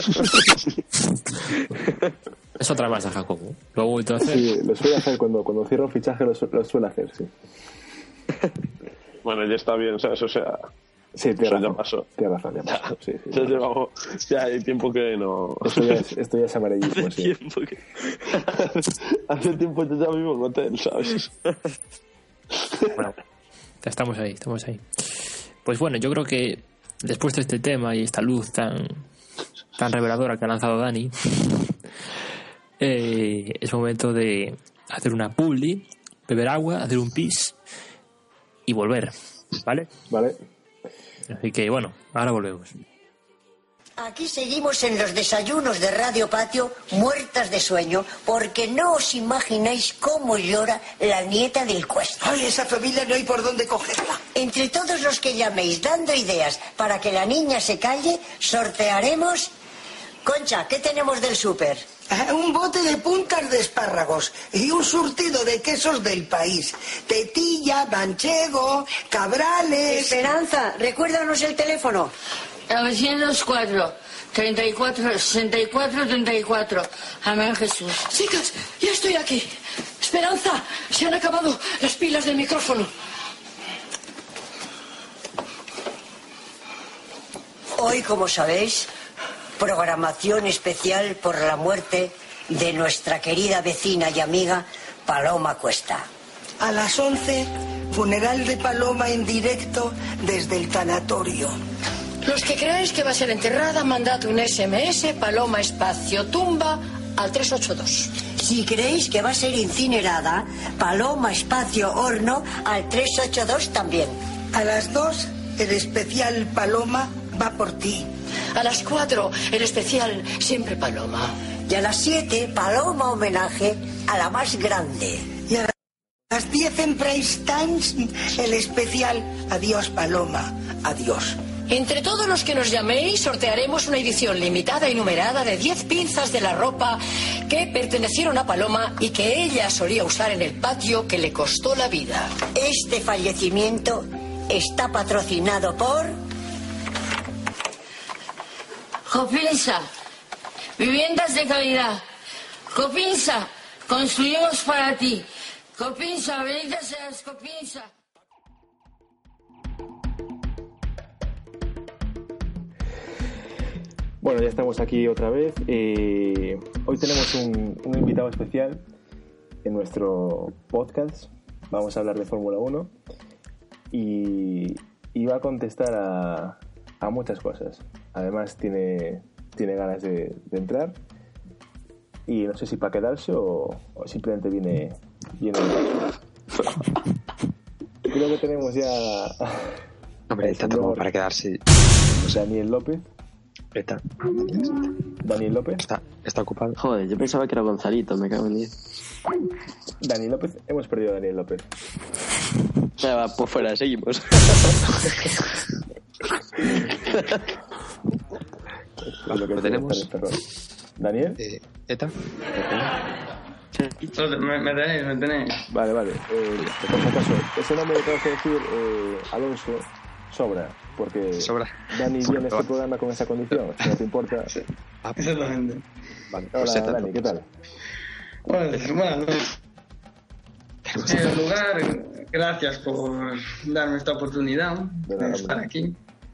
Es otra más de Jacobo. Lo he vuelto a hacer. Sí, lo suele hacer cuando cierro un fichaje, lo suele hacer, sí. Bueno, ya está bien, ¿sabes? O sea... Sí, tienes ya pasó. Tienes razón, ya pasó. Sí. Ya llevamos... Ya hay tiempo que no... Esto ya es amarillismo, hace tiempo que... Hace tiempo que ya vivo en hotel, ¿sabes? Bueno, estamos ahí. Pues bueno, yo creo que después de este tema y esta luz tan reveladora que ha lanzado Dani, es momento de hacer una publi, beber agua, hacer un pis y volver, ¿vale? Vale. Así que bueno, ahora volvemos. Aquí seguimos en los desayunos de Radio Patio, muertas de sueño, porque no os imagináis cómo llora la nieta del Cuesta. ¡Ay, esa familia no hay por dónde cogerla! Entre todos los que llaméis dando ideas para que la niña se calle, sortearemos... Concha, ¿qué tenemos del súper? Un bote de puntas de espárragos y un surtido de quesos del país. Tetilla, manchego, cabrales... Esperanza, recuérdanos el teléfono. 904 34 64 34. Amén, Jesús. Chicas, ya estoy aquí. Esperanza, se han acabado las pilas del micrófono. Hoy, como sabéis, programación especial por la muerte de nuestra querida vecina y amiga Paloma Cuesta. A las 11, funeral de Paloma en directo desde el tanatorio. Los que creáis que va a ser enterrada, mandad un SMS, Paloma espacio tumba al 382. Si creéis que va a ser incinerada, Paloma espacio horno al 382 también. A las 2, el especial Paloma va por ti. A las 4, el especial Siempre Paloma. Y a las 7, Paloma homenaje a la más grande. Y a las 10 en Price Times, el especial Adiós Paloma, adiós. Entre todos los que nos llaméis, sortearemos una edición limitada y numerada de 10 pinzas de la ropa que pertenecieron a Paloma y que ella solía usar en el patio que le costó la vida. Este fallecimiento está patrocinado por... Copinsa, viviendas de calidad. Copinsa, construimos para ti. Copinsa, bendita seas, Copinsa. Bueno, ya estamos aquí otra vez. Hoy tenemos un invitado especial en nuestro podcast. Vamos a hablar de Fórmula 1 y va a contestar a muchas cosas. Además tiene ganas de entrar y no sé si para quedarse o simplemente viene creo que tenemos ya hombre, está todo para quedarse. Daniel López. Daniel López está ocupado. Joder, yo pensaba que era Gonzalito, me cago en 10. Daniel López, hemos perdido a Daniel López. Ya va, pues fuera, seguimos. Lo tenemos. Daniel. ¿Eta? Me tenéis. Vale. Por si acaso, ese nombre que tengo que decir, Alonso, sobra. Porque Dani viene a este programa con esa condición, si no te importa. Sí. Exactamente. Vale. Hola, Dani, ¿qué tal? Bueno, en primer lugar, gracias por darme esta oportunidad de estar aquí.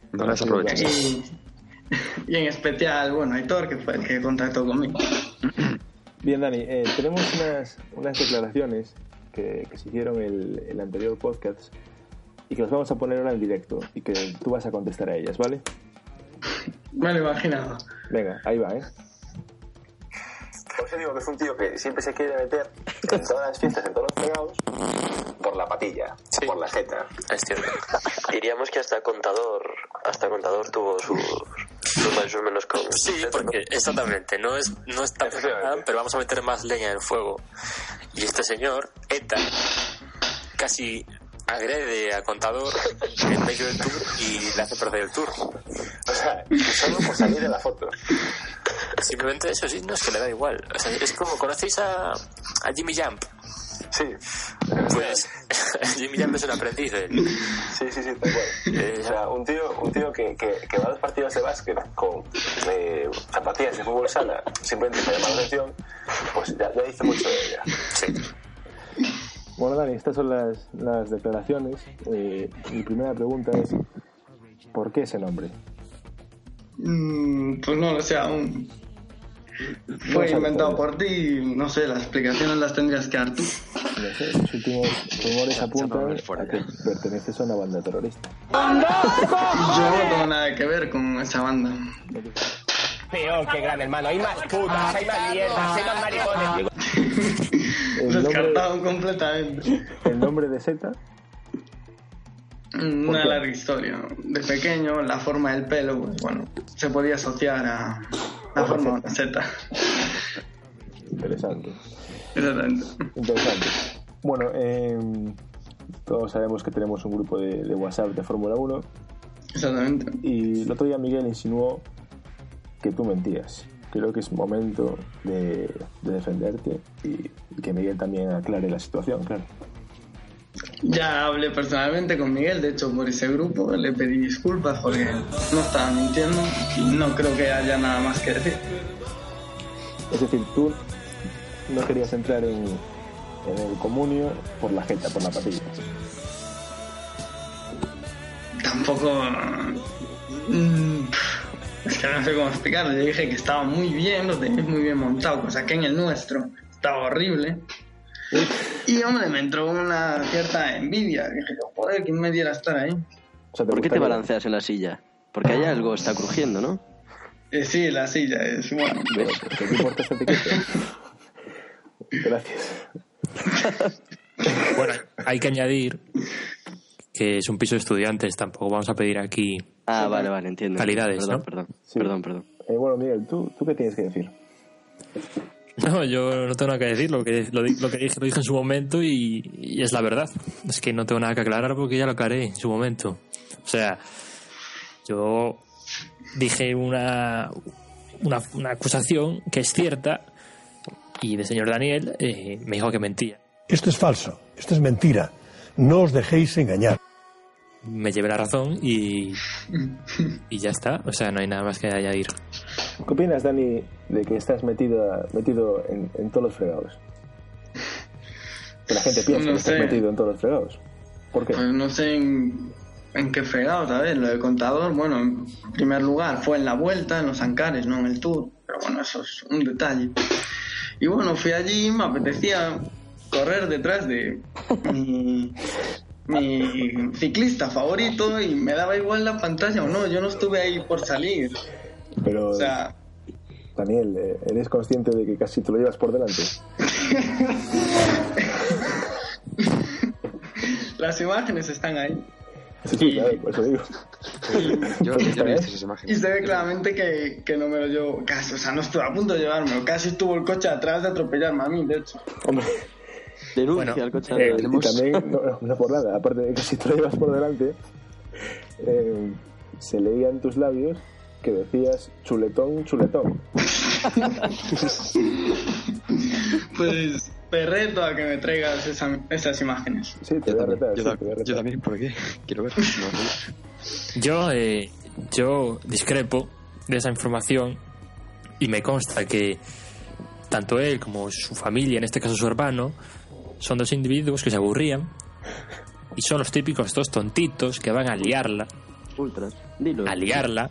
Y en especial, Aitor, que fue el que contactó conmigo. Bien, Dani, tenemos unas declaraciones que se hicieron en el anterior podcast y que las vamos a poner ahora en directo y que tú vas a contestar a ellas, ¿vale? Me lo imaginaba. Venga, ahí va, Por eso digo que es un tío que siempre se quiere meter en todas las fiestas, en todos los fregados, por la patilla, por la jeta. Es cierto. Diríamos que hasta contador tuvo sus más o menos con... Sí, porque exactamente, no es tan fregada, pero vamos a meter más leña en el fuego. Y este señor, ETA, casi agrede a Contador en medio del tour y le hace perder el tour. O sea, solo por salir de la foto. Simplemente eso, sí, no es que le da igual. O sea, es como, ¿conocéis a Jimmy Jump? Sí. Pues Jimmy Jump es un aprendiz de él. Sí, tal cual. O sea, un tío que va a los partidos de básquet con zapatillas de fútbol sala, simplemente para llamar la atención, pues ya dice mucho de ella. Sí. Bueno, Dani, estas son las declaraciones. Mi primera pregunta es, ¿por qué ese nombre? Pues no lo sé aún. Fue inventado por ti, no sé, las explicaciones las tendrías que dar tú. No sé, los últimos rumores apuntan a que perteneces a una banda terrorista. Yo no tengo nada que ver con esa banda. Peor que Gran Hermano, hay más putas, hay más mierdas, hay más maricones. Descartado completamente. ¿El nombre de Zeta? Una larga historia. De pequeño, la forma del pelo, pues se podía asociar a la forma de Z. Interesante. Exactamente. Interesante. Bueno, todos sabemos que tenemos un grupo de WhatsApp de Fórmula 1. Exactamente. Y el otro día Miguel insinuó que tú mentías. Creo que es momento de defenderte y que Miguel también aclare la situación, claro. Ya hablé personalmente con Miguel, de hecho por ese grupo le pedí disculpas porque no estaba mintiendo y no creo que haya nada más que decir. Es decir, tú no querías entrar en el comunio por la jeta, por la patilla. Tampoco... es que no sé cómo explicarlo. Yo dije que estaba muy bien, lo tenéis muy bien montado, cosa que en el nuestro estaba horrible. Y hombre, me entró una cierta envidia. Dije, joder, ¿quién me diera estar ahí? O sea, ¿por qué te balanceas en la silla? Porque ahí algo está crujiendo, ¿no? Sí, la silla es bueno. ¿Qué te importa esta etiqueta? Gracias. Bueno, hay que añadir que es un piso de estudiantes, tampoco vamos a pedir aquí... Ah, vale, entiendo. Calidades, perdón, ¿no? Perdón. Bueno, Miguel, ¿tú qué tienes que decir? No, yo no tengo nada que decir, lo que dije lo dije en su momento y es la verdad. Es que no tengo nada que aclarar porque ya lo aclaré en su momento. O sea, yo dije una acusación que es cierta y el señor Daniel me dijo que mentía. Esto es falso, esto es mentira. No os dejéis engañar. Me llevé la razón y ya está. O sea, no hay nada más que añadir. ¿Qué opinas, Dani, de que estás metido en todos los fregados? Que la gente piensa que estás metido en todos los fregados. ¿Por qué? Pues no sé en qué fregados, a ver, lo de Contador, bueno, en primer lugar fue en la vuelta, en los Ancares, no en el Tour, pero bueno, eso es un detalle. Y bueno, fui allí, me apetecía correr detrás de mi ciclista favorito y me daba igual la pantalla o no, yo no estuve ahí por salir. Pero, o sea, Daniel, ¿eres consciente de que casi te lo llevas por delante? Las imágenes están ahí. Sí, claro, por eso digo. Yo no he visto esas imágenes. Y se ve claramente que no me lo llevo casi, o sea, no estuve a punto de llevármelo, casi estuvo el coche atrás de atropellarme a mí, de hecho. Hombre, denuncia al coche y también, no por nada, aparte de que si te lo llevas por delante, se leía en tus labios que decías chuletón. Pues Te reto a que me traigas esas imágenes. Sí, te voy a retar. Yo también, ¿por qué? Quiero ver. Yo discrepo de esa información y me consta que tanto él como su familia, en este caso su hermano, son dos individuos que se aburrían y son los típicos dos tontitos que van a liarla. Ultras, dilo. A liarla.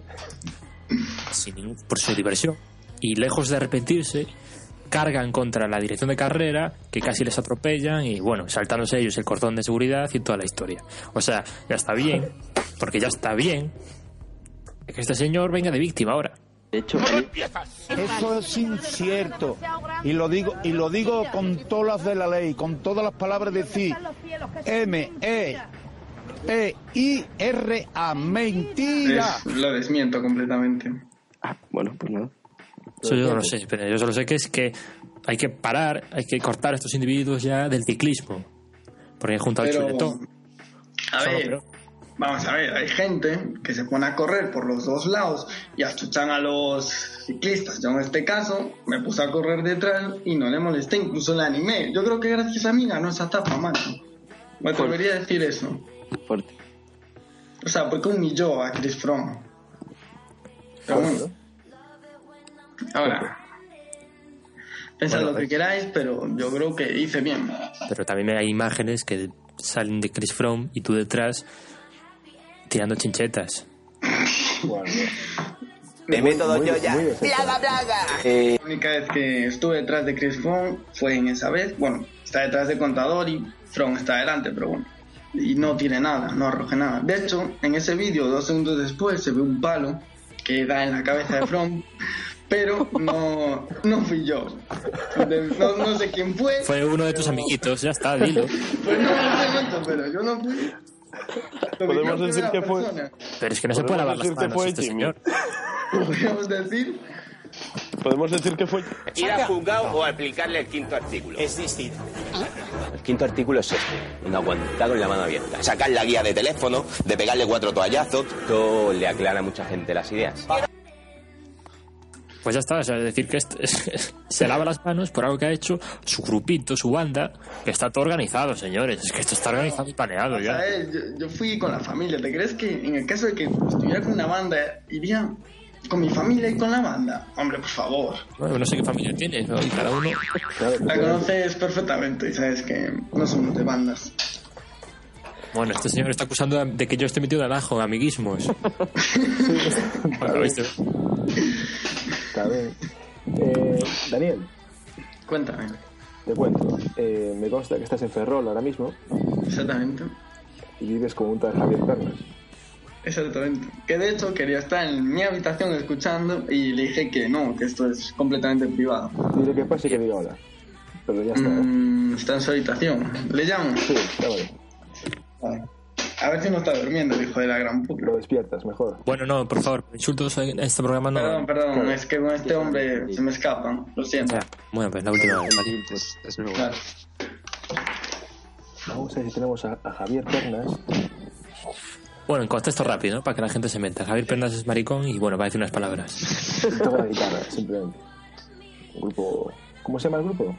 Por su diversión. Y lejos de arrepentirse, cargan contra la dirección de carrera, que casi les atropellan y bueno, saltándose ellos el cordón de seguridad y toda la historia. O sea, ya está bien, porque ya está bien que este señor venga de víctima ahora. De hecho, eso es incierto y lo digo con todas las de la ley, con todas las palabras de sí. MEPIRA, mentira. Lo desmiento completamente. Bueno, pues nada. Eso yo no lo sé, pero yo solo sé que es que hay que parar, hay que cortar a estos individuos ya del ciclismo, porque junto al chuletón. A ver, vamos a ver, hay gente que se pone a correr por los dos lados y achuchan a los ciclistas. Yo en este caso me puse a correr detrás y no le molesté, incluso le animé. Yo creo que gracias a mí ganó esa etapa, macho. Me atrevería a decir eso. Fuerte. O sea, porque humilló a Chris Froome. Pero bueno. Ahora, pensad lo que queráis, pero yo creo que hice bien. Pero también hay imágenes que salen de Chris Froome y tú detrás tirando chinchetas. De método yo ya. ¡Plaga, plaga! La única vez que estuve detrás de Chris Froome fue en esa vez. Bueno, está detrás de Contador y Froome está adelante, pero bueno. Y no tiene nada, no arroje nada. De hecho, en ese vídeo, 2 segundos después, se ve un palo que da en la cabeza de Froome. Pero no fui yo. No sé quién fue. Fue uno de tus amiguitos, ya está, dilo. Pues no, pero yo no fui. Podemos decir que fue. Pero es que no se puede lavar las manos este señor. Podemos decir que fue. Ir a juzgado o aplicarle el 5º artículo. Es distinto. El 5º artículo es un aguantar con la mano abierta. Sacar la guía de teléfono, de pegarle 4 toallazos. Esto le aclara a mucha gente las ideas. Pues ya está, o sea, es decir que se lava las manos por algo que ha hecho su grupito, su banda, que está todo organizado, señores. Es que esto está organizado y planeado ya. Yo fui con la familia. ¿Te crees que en el caso de que estuviera con una banda, iría con mi familia y con la banda? Hombre, por favor. Bueno, no sé qué familia tienes, ¿no? Y cada uno... La conoces perfectamente y sabes que no somos de bandas. Bueno, este señor está acusando de que yo estoy metido de ajo en amiguismos. Bueno, ¿viste? Está bien. Daniel. Cuéntame. Te cuento. Me consta que estás en Ferrol ahora mismo. Exactamente. Y vives con un tal Javier Pernas. Exactamente. Que de hecho quería estar en mi habitación escuchando y le dije que no, que esto es completamente privado. Dile que pase y que diga hola. Pero ya está. Está en su habitación. ¿Le llamo? Sí, llámale. Vale. A ver si no está durmiendo, el hijo de la gran puta. Lo despiertas, mejor. Bueno, no, por favor, insultos en este programa no. Perdón, claro. Es que con este hombre se me escapan, lo siento. Bueno, pues la última vez, ¿vale? Pues es nuevo. Claro. Vamos a ver si tenemos a Javier Pernas. Bueno, en contexto rápido, ¿no? Para que la gente se meta. Javier Pernas es maricón y bueno, va a decir unas palabras. Toca la guitarra, simplemente. Un grupo... ¿Cómo se llama el grupo?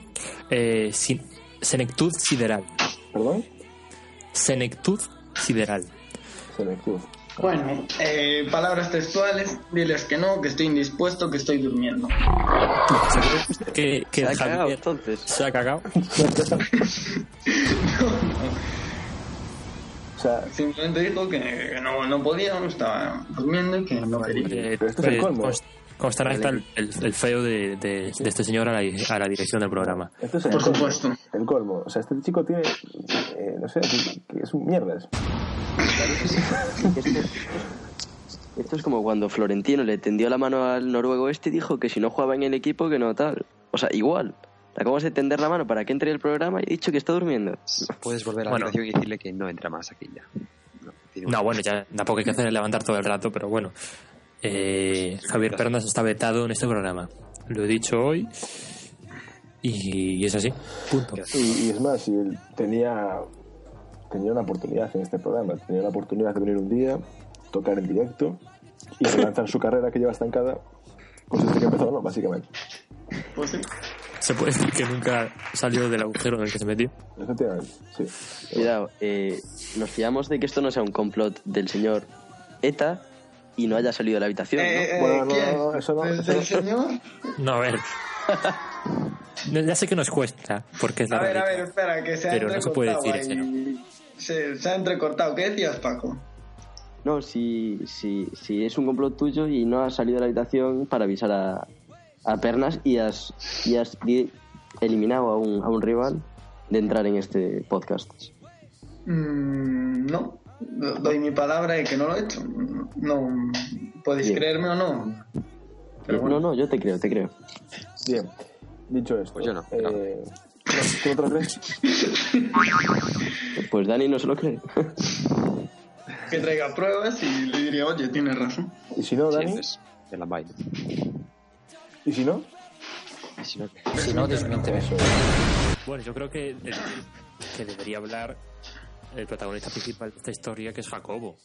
Senectud Sideral. ¿Perdón? Senectud Sideral. Senectud. Bueno, palabras textuales, diles que no, que estoy indispuesto, que estoy durmiendo. ¿Qué se ha cagado, entonces? ¿Se ha cagado? O sea, simplemente dijo que no podía, no estaba durmiendo y que no quería. Pero esto es el colmo. Constará está el feo de este señor a la dirección del programa. Esto es por supuesto. El colmo. O sea, este chico tiene... no sé, que es un mierdas. Esto es como cuando Florentino le tendió la mano al noruego y dijo que si no jugaba en el equipo que no tal. O sea, igual. Le acabamos de tender la mano para que entre el programa y he dicho que está durmiendo. Puedes volver a la habitación y decirle que no entra más aquí ya. No, bueno, ya tampoco hay que hacer levantar todo el rato, pero bueno. Javier Pernas está vetado en este programa. Lo he dicho hoy y es así. Punto. Y es más, si él tenía una oportunidad en este programa, tenía la oportunidad de venir un día, tocar en directo y relanzar su carrera que lleva estancada, pues desde que empezó, ¿no? Básicamente. Pues sí. Se puede decir que nunca salió del agujero en el que se metió. Efectivamente, sí. Cuidado, nos fiamos de que esto no sea un complot del señor ETA y no haya salido de la habitación, ¿no? Bueno, no, eso no. ¿Del señor? No, a ver. Ya sé que nos cuesta, porque es la A ver, espera, que se ha pero entrecortado. no se puede decir ese, ¿no? Se ha entrecortado. ¿Qué decías, Paco? No, si es un complot tuyo y no has salido de la habitación para avisar a Pernas y has eliminado a un rival de entrar en este podcast. No, doy mi palabra de que no lo he hecho. No, podéis creerme o no. Pero bueno. No, yo te creo. Bien, dicho esto, pues yo no. ¿tú no te lo crees? Pues Dani no se lo cree. Que traiga pruebas y le diría, oye, tienes razón. ¿Y si no, Dani? De la vaina. ¿Y si no? Si no, desmiénteme. Bueno, yo creo que debería hablar el protagonista principal de esta historia, que es Jacobo.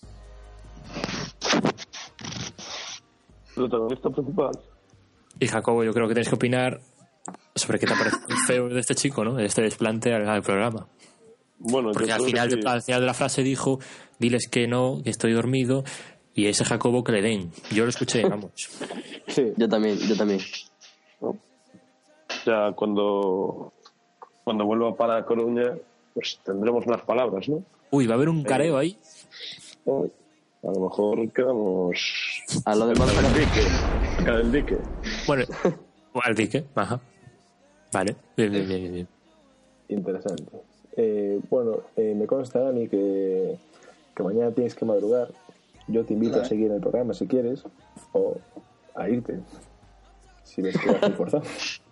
Protagonista principal. Y Jacobo, yo creo que tienes que opinar sobre qué te parece el feo de este chico, ¿no? De este desplante al programa. Bueno, porque al final de la frase dijo, diles que no, que estoy dormido, y ese Jacobo que le den. Yo lo escuché, vamos. Sí. Yo también. ¿No? Ya cuando vuelva para La Coruña, pues tendremos más palabras, ¿no? Uy, va a haber un careo ahí. A lo mejor quedamos a lo de acá del dique. Bueno, al dique, ajá. Vale, bien. Interesante. Me consta, Dani, que mañana tienes que madrugar. Yo te invito a seguir el programa si quieres, o a irte si ves que vas muy forzado.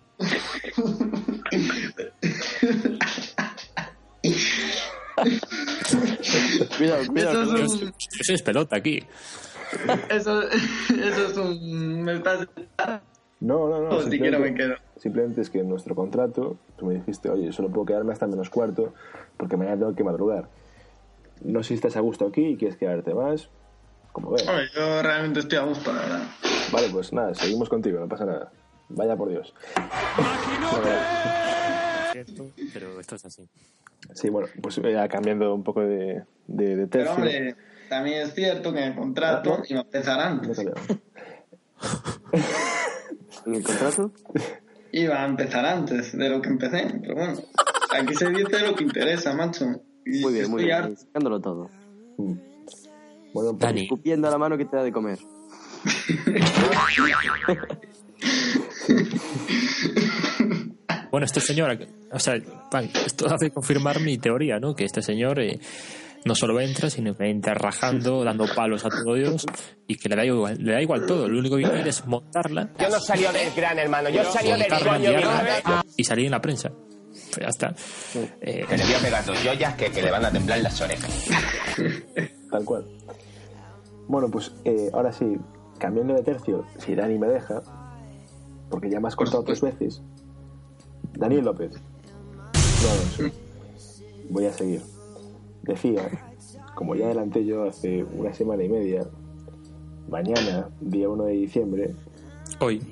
Cuidado. Eso es pelota aquí. Eso es un... ¿Me estás...? No. Siquiera me quedo. Simplemente es que en nuestro contrato tú me dijiste, oye, solo puedo quedarme hasta -4 porque mañana tengo que madrugar. No sé si estás a gusto aquí y quieres quedarte más, como ves. Oye, yo realmente estoy a gusto, la verdad. Vale, pues nada, seguimos contigo, no pasa nada. Vaya por Dios. Pero esto es así. Sí, bueno, pues ya cambiando un poco de tercio. Pero hombre, también es cierto que en el contrato iba a empezar antes. ¿En el contrato? Iba a empezar antes de lo que empecé, pero bueno, aquí se dice lo que interesa, macho. Y muy bien, sacándolo todo. Bueno, pues, Dani, escupiendo a la mano que te da de comer. Bueno, este señor, o sea, esto hace confirmar mi teoría, ¿no? Que este señor no solo entra, sino que entra rajando, dando palos a todo Dios, y que le da igual todo. Lo único que quiere es montarla. Yo no salí del Gran Hermano, yo salí del coño y salí en la prensa. Pues ya está. Que le voy a pegar 2 joyas que le van a temblar las orejas. Tal cual. Bueno, pues ahora sí, cambiando de tercio, si Dani me deja, porque ya me has contado 3 veces. Daniel López. No, voy a seguir. Decía, como ya adelanté yo hace una semana y media, mañana, día 1 de diciembre, hoy,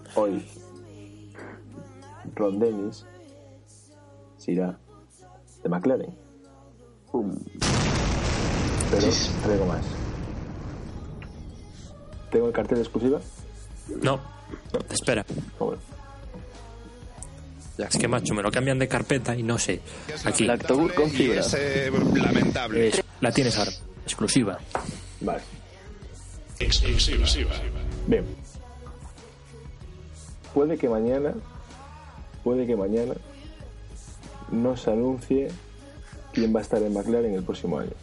Ron Dennis se irá de McLaren. Pero algo más. ¿Tengo el cartel de exclusiva? No. Espera. Bueno. Es que, macho, me lo cambian de carpeta y no sé. Aquí. Lactogur con fibra. Lamentable. La tienes ahora. Exclusiva. Vale. Exclusiva. Bien. Puede que mañana no se anuncie quién va a estar en McLaren el próximo año.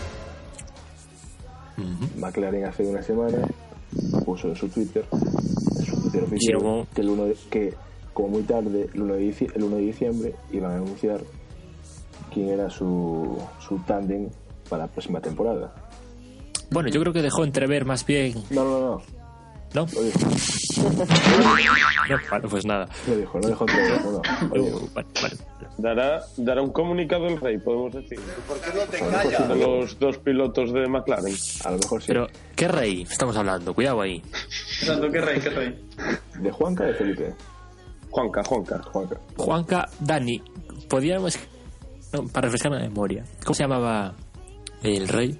McLaren hace una semana puso en su Twitter oficial, que como muy tarde, el 1 de diciembre, iban a anunciar quién era su tándem para la próxima temporada. Bueno, yo creo que dejó entrever más bien... No. ¿No? Lo dijo. No, vale, pues nada. No dejó entrever, no. Vale. Dará un comunicado el rey, podemos decir. ¿Por qué no te callas? A los 2 pilotos de McLaren. A lo mejor sí. Pero, ¿qué rey estamos hablando? Cuidado ahí. Exacto, ¿qué rey? ¿De Juanca o de Felipe? Juanca, Dani, podíamos... No, para refrescar la memoria, ¿cómo se llamaba el rey?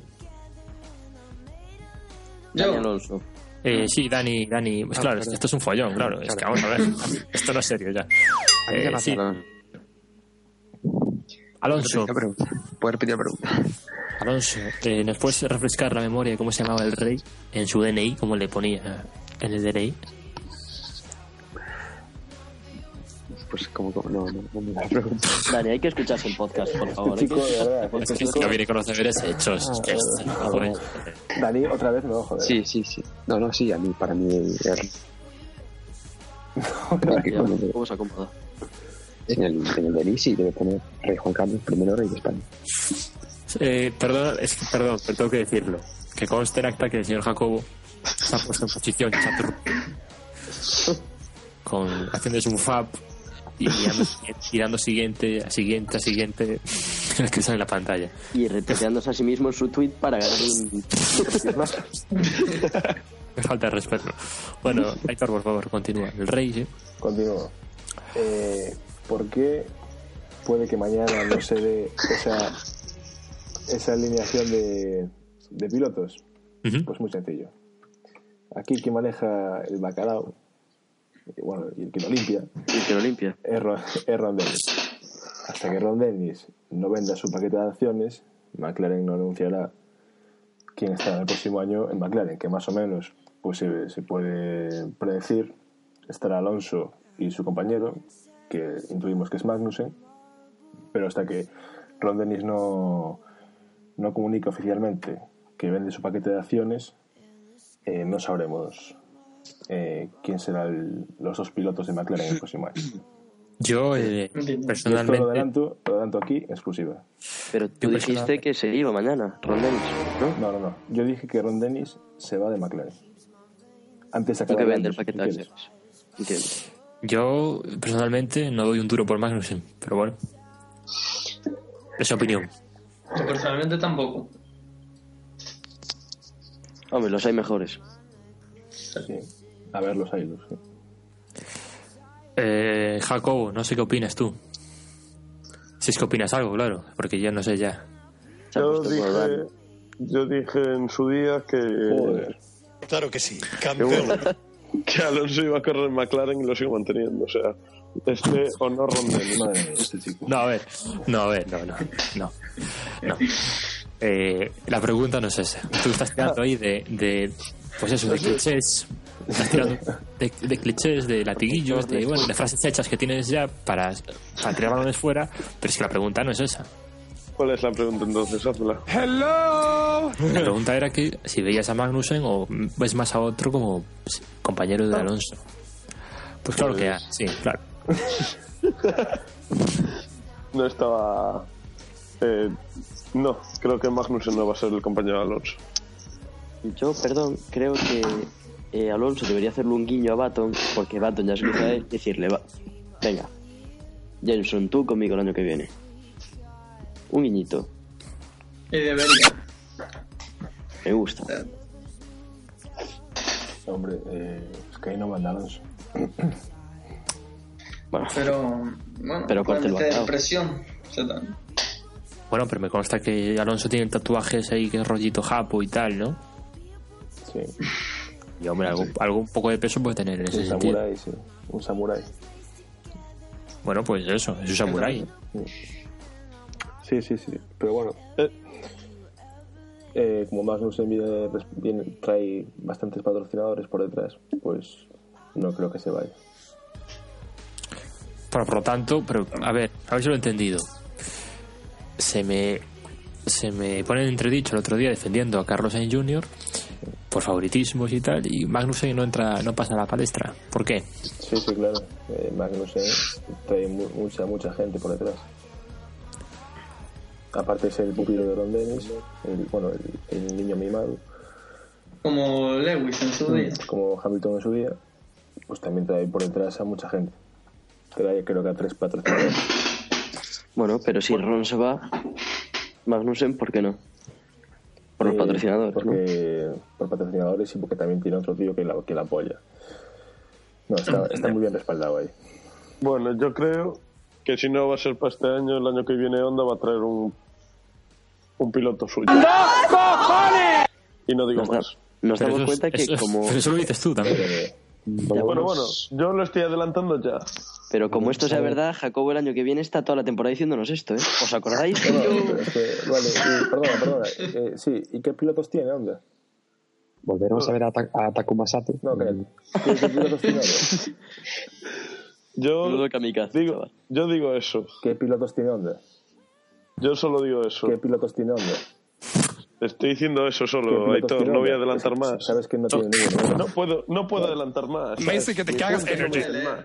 Dani Alonso. Sí, Dani. Pues claro, esto es un follón, claro. Es que vamos a ver. Esto no es serio ya. Sí. Alonso. ¿Puedes repetir la pregunta? Alonso, ¿nos puedes refrescar la memoria de cómo se llamaba el rey en su DNI? ¿Cómo le ponía en el DNI? Pues como no me la pregunto. Dani, hay que escucharse el podcast, por favor. Chico, de verdad, es que no viene con los deberes hechos. Dani, otra vez me va a joder. Sí. No, sí, a mí, para mí... ¿Cómo se acomoda? En el DNI sí debe poner Rey Juan Carlos, primero rey de España. Perdón, pero tengo que decirlo. Que conste en acta que el señor Jacobo se ha puesto en posición con haciendo un fab y dando siguiente a siguiente el que sale en la pantalla. Y retuiteándose a sí mismo en su tweet para ganar un... Me falta de respeto. Bueno, Aitor, por favor, continúa. El rey, ¿sí? Continúo. ¿Por qué puede que mañana no se dé esa alineación de pilotos? Pues muy sencillo. Aquí el que maneja el bacalao, y el que lo limpia, es Ron Dennis. Hasta que Ron Dennis no venda su paquete de acciones, McLaren no anunciará quién estará el próximo año en McLaren, que más o menos pues se puede predecir. Estará Alonso y su compañero, que intuimos que es Magnussen, pero hasta que Ron Dennis no comunica oficialmente que vende su paquete de acciones, no sabremos quién serán los dos pilotos de McLaren el próximo año. Yo personalmente lo adelanto aquí, exclusiva. Pero tú dijiste que se iba mañana Ron Dennis, ¿no? No. Yo dije que Ron Dennis se va de McLaren antes de acabar que vende el paquete de acciones. Entiendo. Yo personalmente no doy un duro por Magnussen, pero bueno, es su opinión. Yo personalmente tampoco. Hombre, los hay mejores. Sí. A ver, los hay. Sí. Jacobo, no sé qué opinas tú. Si es que opinas algo, claro, porque yo no sé ya. Yo dije en su día que... Joder. Claro que sí, campeón. Que Alonso iba a correr en McLaren y lo sigo manteniendo, o sea, o no Ron Dennis. No, a ver, no. La pregunta no es esa. Tú estás tirando ahí de pues eso, de clichés. Estás tirando de clichés, de latiguillos, de frases hechas que tienes ya para tirar balones fuera, pero es que la pregunta no es esa. ¿Cuál es la pregunta entonces? Hazla. ¡Hello! La pregunta era que si veías a Magnussen o ves más a otro como compañero de Alonso. Pues claro que sí, claro. No estaba... no, creo que Magnussen no va a ser el compañero de Alonso. Yo, creo que Alonso debería hacerle un guiño a Button, porque Button ya se cruza a él y decirle, venga, Jenson, tú conmigo el año que viene. Un guiñito. Y debería. Me gusta. Hombre, es que ahí no manda Alonso. Pero corte el presión. Bueno, pero me consta que Alonso tiene tatuajes ahí que es rollito japo y tal, ¿no? Sí. Y hombre, algún poco de peso puede tener en ese sentido. Un samurái. Bueno, pues eso, es un samurái. Sí. Pero bueno, como Magnussen trae bastantes patrocinadores por detrás, pues no creo que se vaya. Por lo tanto, a ver si lo he entendido. Se me pone en entredicho el otro día defendiendo a Carlos Sainz Jr. por favoritismos y tal, y Magnussen no pasa a la palestra. ¿Por qué? Sí, claro. Magnussen trae mucha gente por detrás. Aparte de ser el pupilo de Ron Dennis, el niño mimado. Como Lewis en su día. Como Hamilton en su día, pues también trae por detrás a mucha gente. Trae creo que a 3 patrocinadores. Bueno, pero si Ron se va, Magnussen, ¿por qué no? Por los patrocinadores, por patrocinadores y porque también tiene otro tío que la apoya. No, está muy bien respaldado ahí. Bueno, yo creo que si no va a ser para este año, el año que viene Honda va a traer un piloto suyo. ¡Cojones! Y no digo más. Nos damos cuenta que como... Pero eso lo dices tú también. Bueno, yo lo estoy adelantando ya. Pero como esto sea verdad, Jacobo el año que viene está toda la temporada diciéndonos esto, ¿eh? ¿Os acordáis? Perdona. Sí, ¿y qué pilotos tiene Honda? Volveremos a ver a Takuma Sato. No, ¿qué pilotos tiene Honda? Yo digo eso. ¿Qué pilotos tiene Honda? Yo solo digo eso. ¿Qué pilotos tiene Honda? Estoy diciendo eso solo, Aitor, no voy a adelantar más. Sabes que no tiene ninguno. No puedo adelantar más. Me dice que te cagas Energy.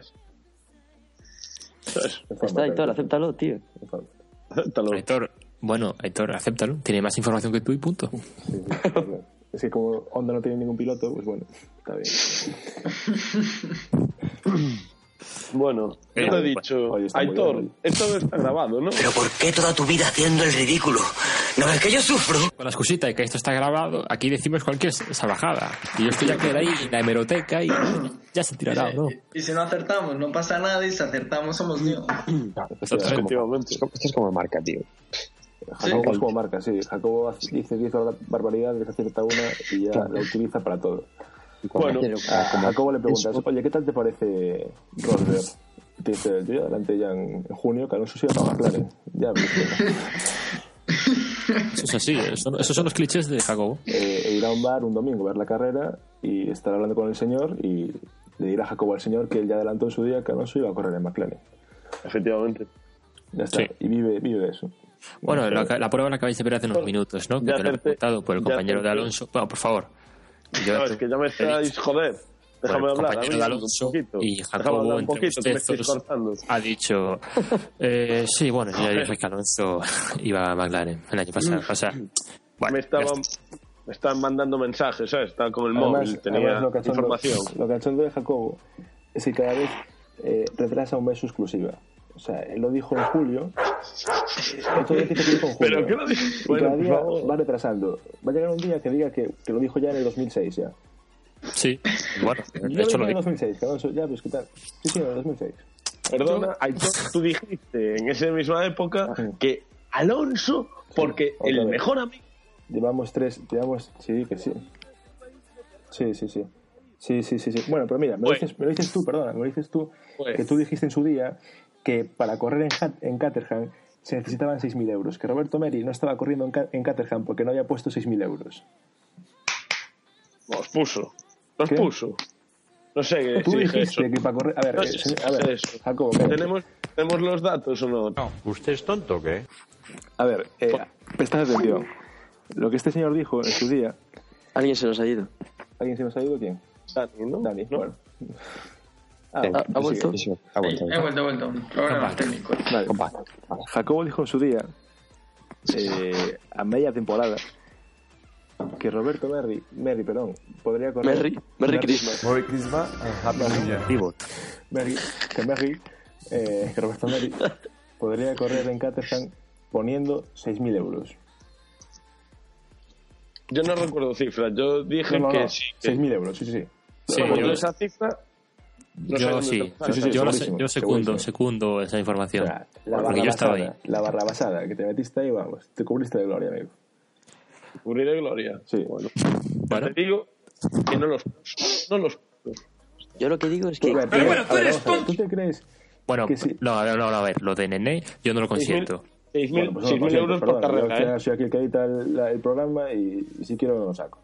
Está, Aitor, acéptalo, tío. Aitor, acéptalo. Tiene más información que tú y punto. Sí, es que como Honda no tiene ningún piloto, pues bueno, está bien. Bueno, yo te he dicho, Aitor, esto no está grabado, ¿no? ¿Pero por qué toda tu vida haciendo el ridículo? ¿No ves que yo sufro? Con la excusita de que esto está grabado, aquí decimos cualquier salvajada. Y esto ya queda ahí en la hemeroteca y ya se tirará, ¿no? Y si no acertamos, no pasa nada, y si acertamos somos Dios. Esto es como marca, tío. Jacobo es como marca, sí. Jacobo dice 10 barbaridades, acierta una y ya la utiliza para todo. Bueno, a Jacobo le preguntas, oye, ¿qué tal te parece Rosberg? Te dice, yo ya adelante ya en junio, que Alonso se iba para McLaren. Ya ves. Eso es así, esos son los clichés de Jacobo. Ir a un bar un domingo, ver la carrera y estar hablando con el señor y le dirá a Jacobo al señor que él ya adelantó en su día que Alonso iba a correr en McLaren. Efectivamente. Ya está, sí. Y vive de eso. Bueno, la prueba la acabáis de ver hace unos minutos, ¿no? Que te lo he preguntado por el compañero de Alonso. Bueno, por favor. No, es que ya me estáis, joder. Déjame hablar. Compañero de Alonso y Jacobo entre ustedes ha dicho sí, bueno, yo ya dije que Alonso iba a McLaren el año pasado. O sea, bueno, me estaban mandando mensajes, ¿sabes? Estaba con el móvil, tenía información. Lo cachondo de Jacobo es que cada vez retrasa un mes su exclusiva. O sea, él lo dijo en julio. Esto dice que lo dijo en julio. ¿Pero qué lo dijo? Bueno, cada día va retrasando. Va a llegar un día que diga que lo dijo ya en el 2006 ya. Sí, bueno, de hecho lo dijo en el 2006, que ya, pues qué tal. Sí, en el 2006. Perdona, tú dijiste en esa misma época que Alonso, porque el mejor amigo... Sí, que sí. Sí. Bueno, pero mira, me lo dices tú, perdona, que tú dijiste en su día que para correr en Caterham se necesitaban 6.000 euros, que Roberto Meri no estaba corriendo en Caterham porque no había puesto 6.000 euros. Los puso. No sé qué. Tú dijiste que para correr... A ver, Jacobo, ¿Tenemos los datos o no? No. ¿Usted es tonto o qué? A ver, prestad atención. Lo que este señor dijo en su día... ¿Alguien se nos ha ido? ¿Quién? Dani, ¿no? Dani, ¿no? Bueno. ¿Ha vuelto? Sí, he vuelto. Problemas técnicos. Vale. Jacobo dijo en su día, a media temporada, que Roberto Merry, podría correr... Merry Christmas. Merry Christmas and Happy New Year. Pivot. Que Roberto Merry podría correr en Caterham poniendo 6.000 euros. Yo no recuerdo cifras, yo dije que sí. 6.000 euros, sí. Sí, esa cifra... Yo secundo esa información. O sea, porque yo estaba ahí. La barrabasada que te metiste ahí, vamos, te cubriste de gloria, amigo. ¿Cubrir de gloria? Sí. Bueno. Te digo que no los puso. Yo lo que digo es que... ¿Tú te crees? Bueno, que sí? No, a ver, lo de Nene yo no lo consiento. 6.000 euros por carrera, Soy aquí el que edita el programa y si quiero no lo saco.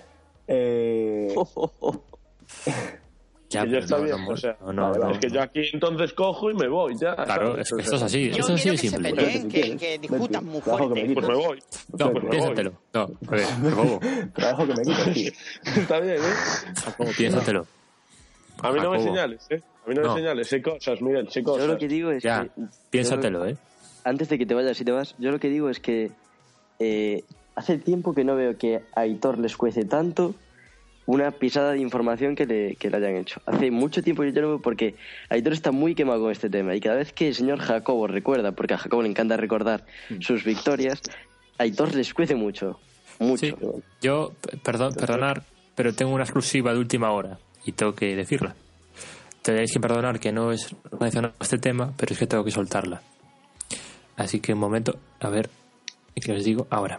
Ya, ya está bien, o sea, es que yo aquí entonces cojo y me voy ya. Claro, esto es así, esto es así de simple. Que discutan muy fuerte. Pues me voy. No, piénsatelo. No, a ver, Jacobo. Trabajo que me quitas, tío. Está bien, Jacobo, piénsatelo. A mí no me señales, A mí no me señales, sé cosas, Miguel, sé cosas. Yo lo que digo es que... piénsatelo, Antes de que te vayas, si te vas, yo lo que digo es que hace tiempo que no veo que a Aitor les cuece tanto una pisada de información que le hayan hecho. Hace mucho tiempo yo no veo, porque Aitor está muy quemado con este tema y cada vez que el señor Jacobo recuerda, porque a Jacobo le encanta recordar sus victorias, a Aitor les cuece mucho. Sí, yo, perdonar, pero tengo una exclusiva de última hora y tengo que decirla. tenéis que perdonar que no es relacionado a este tema, pero es que tengo que soltarla. Así que un momento, a ver, ¿qué os digo ahora?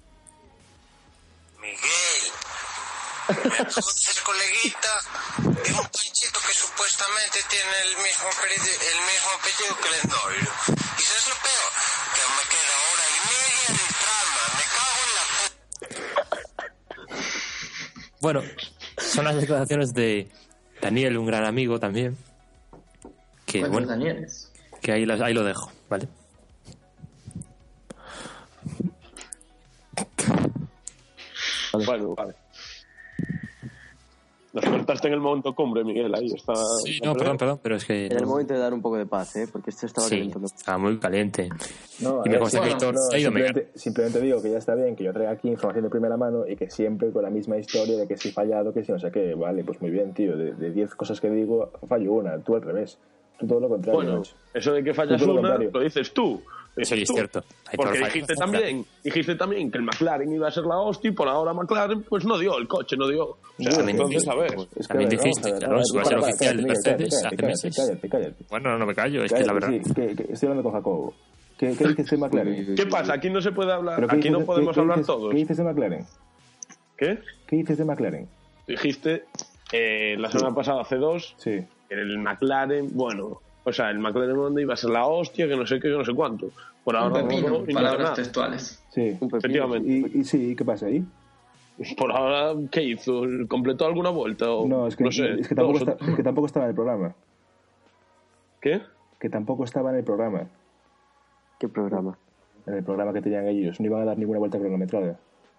Miguel, ¿me conoces, coleguita? Es un panchito que supuestamente tiene el mismo apellido que el Endoiro. ¿Y sabes lo peor? Que me queda hora y media de trama. Me cago en la puta. Bueno, son las declaraciones de Daniel, un gran amigo también. Que bueno, Danieles? Que ahí lo dejo, ¿vale? Bueno, vale. Nos cortaste en el momento cumbre, Miguel, ahí está. Sí, no, perdón, pero es que... En el momento de dar un poco de paz, porque esto estaba calentando. Estaba muy caliente. No, y me consta que Héctor se ha ido simplemente digo que ya está bien que yo traiga aquí información de primera mano y que siempre con la misma historia de que si he fallado, que si no sé qué. Vale, pues muy bien, tío. De 10 cosas que digo, fallo una. Tú al revés. Tú todo lo contrario. Bueno, eso de que fallas una, lo dices tú. Eso es cierto. Porque dijiste también que el McLaren iba a ser la hostia y por ahora McLaren pues no dio, el coche no dio. O sea, entonces, a ver. También dijiste que Alonso va a ser oficial de Mercedes hace meses. Cállate. Bueno, no me callo, es que la verdad... Estoy hablando con Jacobo. ¿Qué dices de McLaren? ¿Qué pasa? Aquí no se puede hablar, aquí no podemos hablar todos. ¿Qué dices de McLaren? ¿Qué? ¿Qué dices de McLaren? Dijiste la semana pasada, hace 2, sí. El McLaren, bueno... O sea, el McLaren Honda iba a ser la hostia, que no sé qué, que no sé cuánto. Por ahora un pepino, no, palabras textuales. Sí, efectivamente. ¿Y sí, qué pasa ahí? Por ahora, ¿qué hizo? ¿Completó alguna vuelta? O, no, es que, no sé, es que tampoco estaba en el programa. ¿Qué? Que tampoco estaba en el programa. ¿Qué programa? En el programa que tenían ellos. No iban a dar ninguna vuelta cronometrada.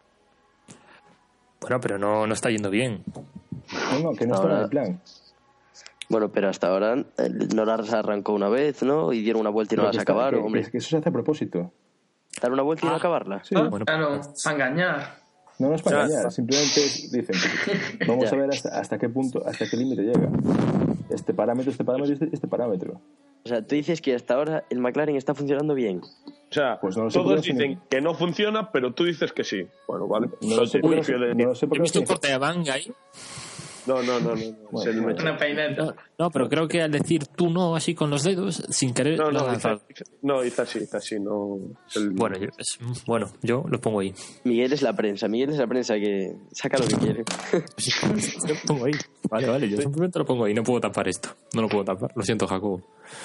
Bueno, pero no está yendo bien. No, que no estaba en el plan. Bueno, pero hasta ahora no las arrancó una vez, ¿no? Y dieron una vuelta y no las acabaron, hombre. Es que eso se hace a propósito. ¿Dar una vuelta y no acabarla? Sí. Bueno, claro, para engañar. No es para engañar, simplemente dicen, vamos a ver hasta qué punto, hasta qué límite llega. Este parámetro y este parámetro. O sea, tú dices que hasta ahora el McLaren está funcionando bien. O sea, pues no todos dicen que no funciona, pero tú dices que sí. Bueno, vale. No sé por qué. ¿He visto un corte de manga ahí? No. Bueno, una peineta. No, pero creo que al decir tú no así con los dedos, sin querer... No, hizo así, no... Bueno, yo lo pongo ahí. Miguel es la prensa que saca lo que quiere. Yo lo pongo ahí. Vale, yo simplemente lo pongo ahí. No puedo tapar esto. No lo puedo tapar. Lo siento, Jacobo.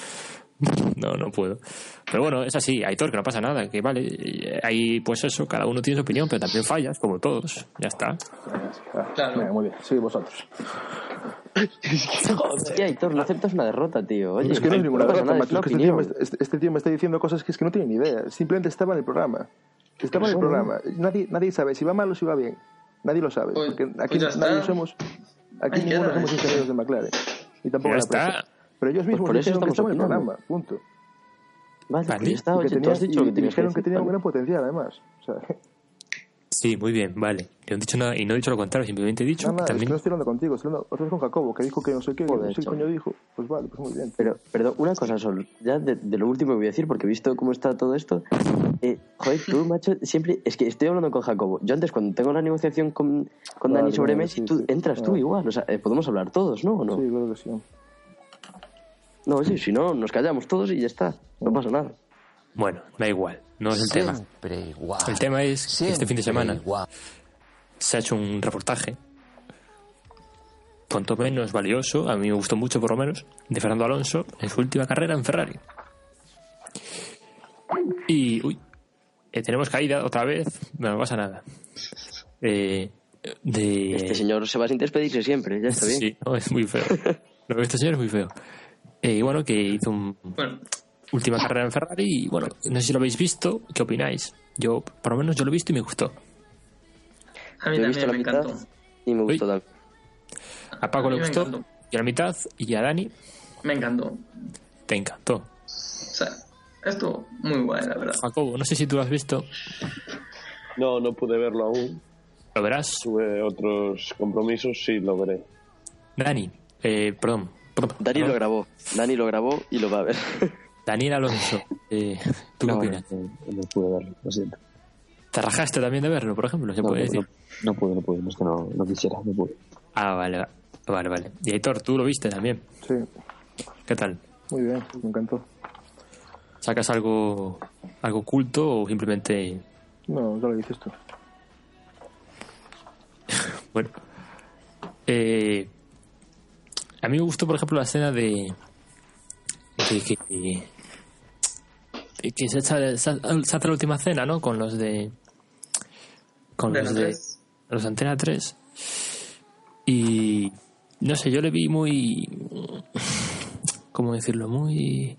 No puedo. Pero bueno, es así, Aitor, que no pasa nada, que vale, ahí pues eso, cada uno tiene su opinión, pero también fallas, como todos, ya está. Claro. Venga, muy bien, sí, vosotros. Hostia, Aitor, no aceptas una derrota, tío. Oye, es que no es ninguna derrota, macho, es que este tío me está diciendo cosas que es que no tiene ni idea, simplemente estaba en el programa. Nadie sabe si va mal o si va bien. Nadie lo sabe, porque aquí ninguno somos ingenieros de McLaren. Y tampoco la prensa. Pero ellos mismos dijeron que estaba en el programa, punto. Vale, tú has dicho que dijeron que tenía un gran potencial, además. O sea, sí, muy bien, vale. No he dicho nada y no he dicho lo contrario, simplemente he dicho que también... No estoy hablando contigo, estoy hablando otra vez con Jacobo, que dijo que no sé qué, no sé qué coño dijo. Pues vale, pues muy bien. Pero, perdón, una cosa solo, ya de lo último que voy a decir, porque he visto cómo está todo esto. Joder, tú, macho, siempre... Es que estoy hablando con Jacobo. Yo antes, cuando tengo la negociación con Dani sobre Messi, tú entras tú igual. O sea, podemos hablar todos, ¿no? ¿O no? Sí, claro que sí. No, sí, si no, nos callamos todos y ya está. No pasa nada. Bueno, da igual. No es el tema. El tema es que este fin de semana se ha hecho un reportaje, cuanto menos valioso, a mí me gustó mucho por lo menos, de Fernando Alonso en su última carrera en Ferrari. Y, tenemos caída otra vez, no pasa nada. Este señor se va sin despedirse siempre, ya está bien. Sí, no, es muy feo. No, este señor es muy feo. Y bueno, que hizo última carrera en Ferrari y bueno, no sé si lo habéis visto, ¿qué opináis? Yo, por lo menos yo lo he visto y me gustó. A mí también me encantó. Y me gustó también. A Paco le gustó, y a la mitad, y a Dani me encantó. Te encantó. O sea, estuvo muy guay, la verdad. Jacobo, no sé si tú lo has visto. No pude verlo aún. ¿Lo verás? Tuve otros compromisos, sí, lo veré. Dani, perdón. Dani lo grabó y lo va a ver. Daniel Alonso, ¿tú qué opinas? No pude verlo, lo siento. ¿Te rajaste también de verlo, por ejemplo? ¿Se puede decir? No pude, es que no quisiera, no pude. Ah, vale. Y Aitor, ¿tú lo viste también? Sí. ¿Qué tal? Muy bien, me encantó. ¿Sacas algo culto o simplemente...? No, ya lo dices tú. Bueno. A mí me gustó, por ejemplo, la escena de que se hace la última cena, ¿no? Con los de Antena 3. Y no sé, yo le vi muy, ¿cómo decirlo? Muy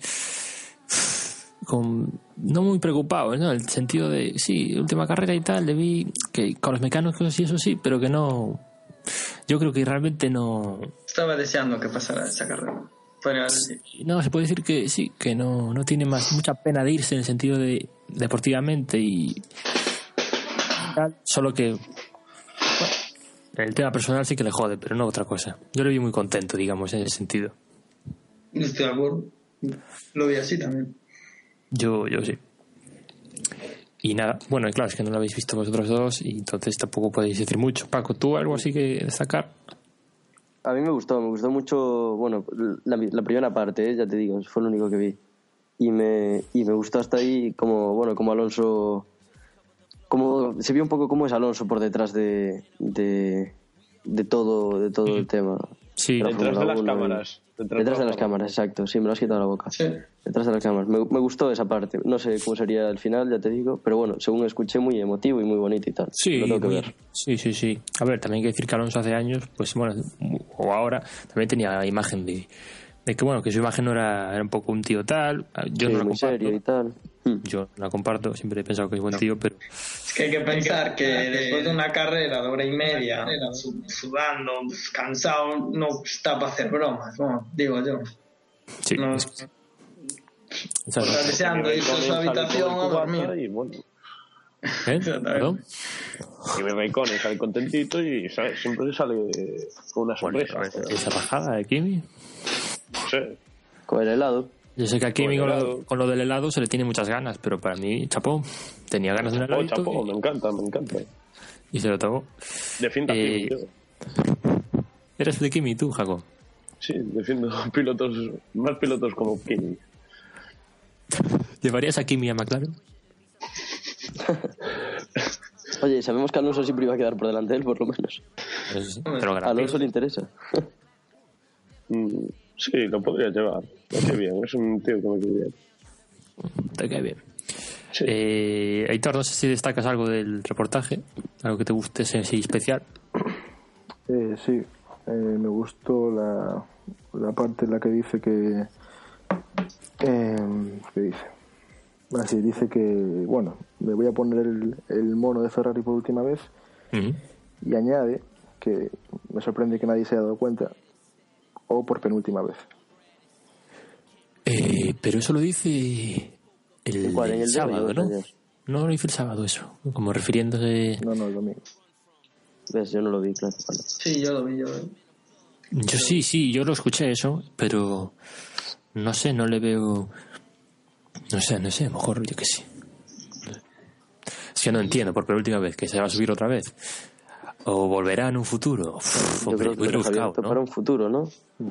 no muy preocupado, ¿no? El sentido de sí, última carrera y tal, le vi que con los mecánicos y eso sí, pero que no, yo creo que realmente no estaba deseando que pasara esa carrera. No, se puede decir que sí, que no tiene mucha pena de irse en el sentido de deportivamente y tal, solo que bueno, el tema personal sí que le jode, pero no otra cosa. Yo le vi muy contento, digamos, en ese sentido. Estoy de acuerdo. Lo vi así también. Yo sí. Y nada, bueno, claro, es que no lo habéis visto vosotros dos y entonces tampoco podéis decir mucho. Paco, ¿tú algo así que destacar? A mí me gustó mucho, bueno, la primera parte, ya te digo, fue lo único que vi. Y me gustó hasta ahí como Alonso, como se vio un poco cómo es Alonso por detrás de todo el tema. Sí, detrás de las cámaras. Detrás de las cámaras, exacto. Sí, me lo has quitado la boca. Sí. Detrás de las cámaras. Me gustó esa parte. No sé cómo sería el final, ya te digo. Pero bueno, según escuché, muy emotivo y muy bonito y tal. Sí, lo tengo que ver. Sí. A ver, también hay que decir que Alonso hace años, pues bueno, o ahora, también tenía imagen de que bueno, que su imagen no era un poco un tío tal. Yo sí, no la muy comparto. serio y tal. Yo no la comparto, siempre he pensado que es buen tío, pero... Es que hay que pensar que después de una carrera de hora y media, sudando, cansado, no está para hacer bromas, ¿no? Digo yo. Sí, no, está deseando irse a su habitación a dormir. Y bueno. ¿Perdón? Y Raikkonen sale contentito y ¿sabes? Siempre sale con una sorpresa. Bueno, esa bajada de Kimi. Sí. Con el helado. Yo sé que a Kimi con lo del helado se le tiene muchas ganas, pero para mí, chapó, tenía ganas de un helado. Chapó, me encanta. Y se lo tomó. Defiendo a Kimi, yo. ¿Eres de Kimi tú, Jaco? Sí, defiendo más pilotos como Kimi. ¿Llevarías a Kimi a McLaren? Oye, sabemos que Alonso siempre iba a quedar por delante de él, por lo menos. Pero a Alonso le interesa. Sí, lo podría llevar. Me cae bien, es un tío que me cae bien. Te cae bien. Sí. Aitor, no sé si destacas algo del reportaje, algo que te guste así especial. Sí, me gustó la parte en la que dice que... ¿qué dice? Así, dice que, bueno, me voy a poner el mono de Ferrari por última vez. Uh-huh. Y añade que me sorprende que nadie se haya dado cuenta, o por penúltima vez. Pero eso lo dice el sábado, ¿no? No lo dice el sábado eso, como refiriéndose... No, el domingo. ¿Ves? Yo no lo vi, claro. Sí, yo lo vi. Yo sí, yo lo escuché eso, pero no sé, no le veo... No sé, a lo mejor yo que sí. Es que no entiendo por penúltima vez que se va a subir otra vez. O volverá en un futuro. Yo creo que muy rebuscado, ¿no? Para un futuro, ¿no?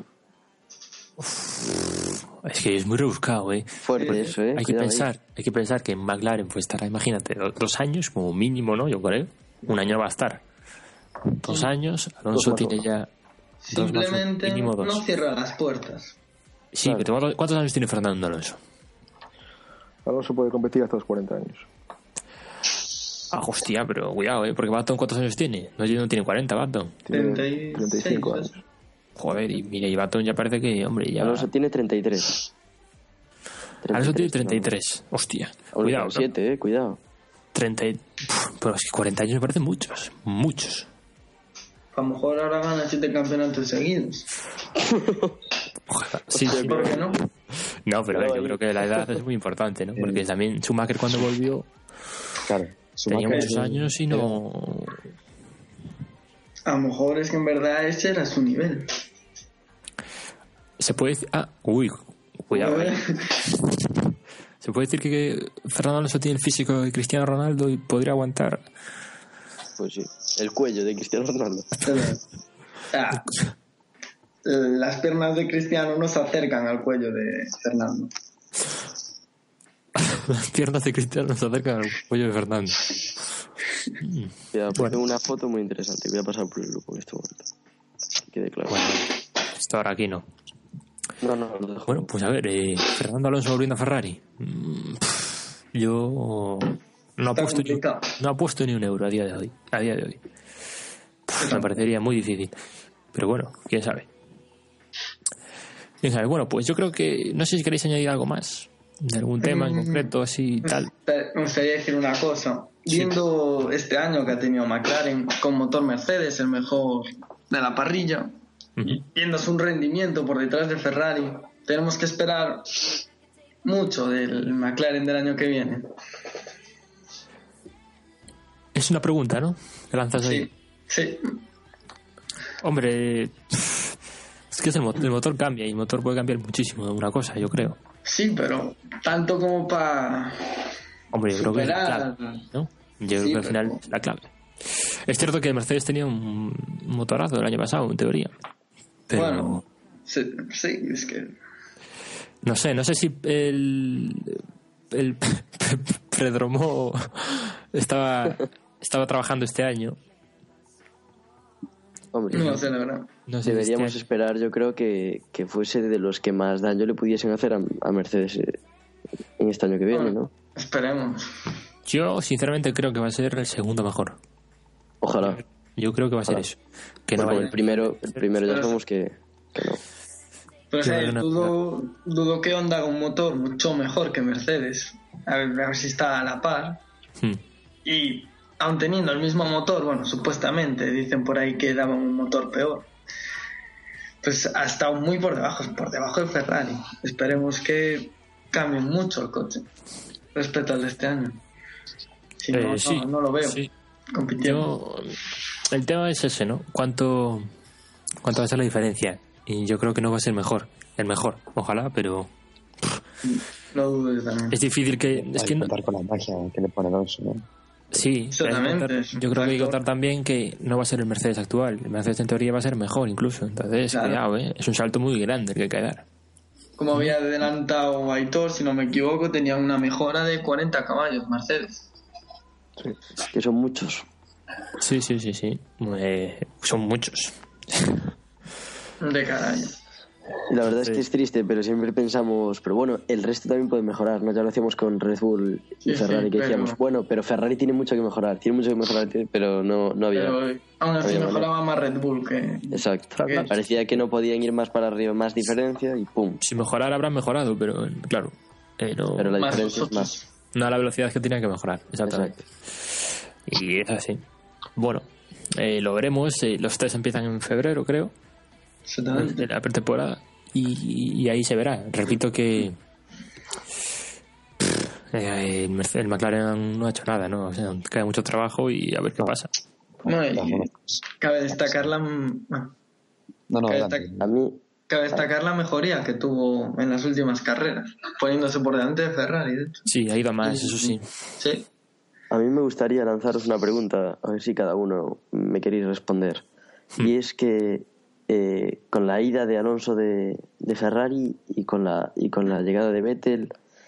Es que es muy rebuscado, ¿eh? Fuerte eso, ¿eh? Hay que pensar que en McLaren pues estará, imagínate, 2 años como mínimo, ¿no? Yo creo. 1 año va a estar. 2 años. Alonso tiene ya... Simplemente mínimo 2. No cierra las puertas. Sí, claro. Pero ¿cuántos años tiene Fernando Alonso? Alonso puede competir hasta los 40 años. Ah, hostia, pero cuidado, porque Baton ¿cuántos años tiene? No tiene 40, Baton. Tiene 35 años. Joder, y mira, y Baton ya parece que, hombre, ya... Alonso tiene 33. Alonso tiene 33, hostia. Cuidado, 7, cuidado. 30... Pero es que 40 años me parecen muchos. A lo mejor ahora gana 7 campeonatos seguidos. Ojalá. Sí. ¿Por qué no? No, pero yo creo que la edad es muy importante, ¿no? Porque también Schumacher cuando volvió... Claro. Tenía muchos años y no... A lo mejor es que en verdad ese era su nivel. Se puede decir... cuidado. Se puede decir que Fernando Alonso tiene el físico de Cristiano Ronaldo y podría aguantar... Pues sí, el cuello de Cristiano Ronaldo. sea, las piernas de Cristiano no se acercan al cuello de Fernando. Las piernas de Cristiano no se acercan al cuello de Fernando. Tengo una foto muy interesante. Voy a pasar por el grupo en este momento. Quede claro. Bueno, esto ahora aquí no. No, lo dejo. Bueno, pues a ver, Fernando Alonso volviendo a Ferrari. Yo no apuesto ni un euro a día de hoy. Me parecería muy difícil. Pero bueno, quién sabe. Bueno, pues yo creo que... No sé si queréis añadir algo más de algún tema en concreto, así y tal. Me gustaría decir una cosa. Viendo este año que ha tenido McLaren con motor Mercedes, el mejor de la parrilla, y viendo su rendimiento por detrás de Ferrari, tenemos que esperar mucho del McLaren del año que viene. Es una pregunta, ¿no? ¿Te lanzas ahí? Sí. Hombre, es que el motor cambia y el motor puede cambiar muchísimo de una cosa, yo creo. Sí, pero tanto como para... Hombre, yo creo que es la clave, ¿no? Yo creo que al final es la clave. Es cierto que Mercedes tenía un motorazo el año pasado, en teoría. Pero... Bueno, sí, es que... No sé si el Predromo estaba trabajando este año. Hombre, no sé, la verdad. No sé, deberíamos esperar, yo creo que fuese de los que más daño le pudiesen hacer a Mercedes en este año que viene, ¿no? Esperemos. Yo sinceramente creo que va a ser el segundo mejor. Ojalá. Yo creo que va a ser eso. Que no el primero ya sabemos que no. Pero dudo que Honda haga un motor mucho mejor que Mercedes. A ver si está a la par. Y aun teniendo el mismo motor, bueno, supuestamente dicen por ahí que daban un motor peor, pues ha estado muy por debajo de Ferrari. Esperemos que cambie mucho el coche respecto al de este año. Si no lo veo compitiendo. El tema es ese, ¿no? ¿Cuánto va a ser la diferencia? Y yo creo que no va a ser el mejor, ojalá, pero lo dudo también. Es difícil que... Es que contar con la magia que le pone Alonso, ¿no? Sí, yo creo que hay que contar también que no va a ser el Mercedes actual. El Mercedes en teoría va a ser mejor incluso. Entonces, cuidado, es un salto muy grande el que hay que dar. Como había adelantado Aitor, si no me equivoco, tenía una mejora de 40 caballos Mercedes. Sí, que son muchos. Sí. Son muchos. De caray. La verdad es que es triste, pero siempre pensamos, pero bueno, el resto también puede mejorar, ¿no? Ya lo hacíamos con Red Bull y Ferrari, que decíamos, bueno, pero Ferrari tiene mucho que mejorar, pero no había. Pero aún así mejoraba más Red Bull que... Exacto. Parecía que no podían ir más para arriba, más diferencia y pum. Si mejorar habrán mejorado, pero claro. Pero la diferencia es más. No a la velocidad que tenían que mejorar, exactamente. Exacto. Y es así. Bueno, lo veremos. Los test empiezan en febrero, creo. De la pretemporada y ahí se verá. Repito que el McLaren no ha hecho nada, ¿no? O sea, queda mucho trabajo y a ver qué pasa. Cabe destacar cabe destacar la mejoría que tuvo en las últimas carreras, poniéndose por delante de Ferrari, de hecho. Sí, ha ido más, eso sí. Sí. A mí me gustaría lanzaros una pregunta, a ver si cada uno me queréis responder. Y es que con la ida de Alonso de Ferrari y con la llegada de Vettel,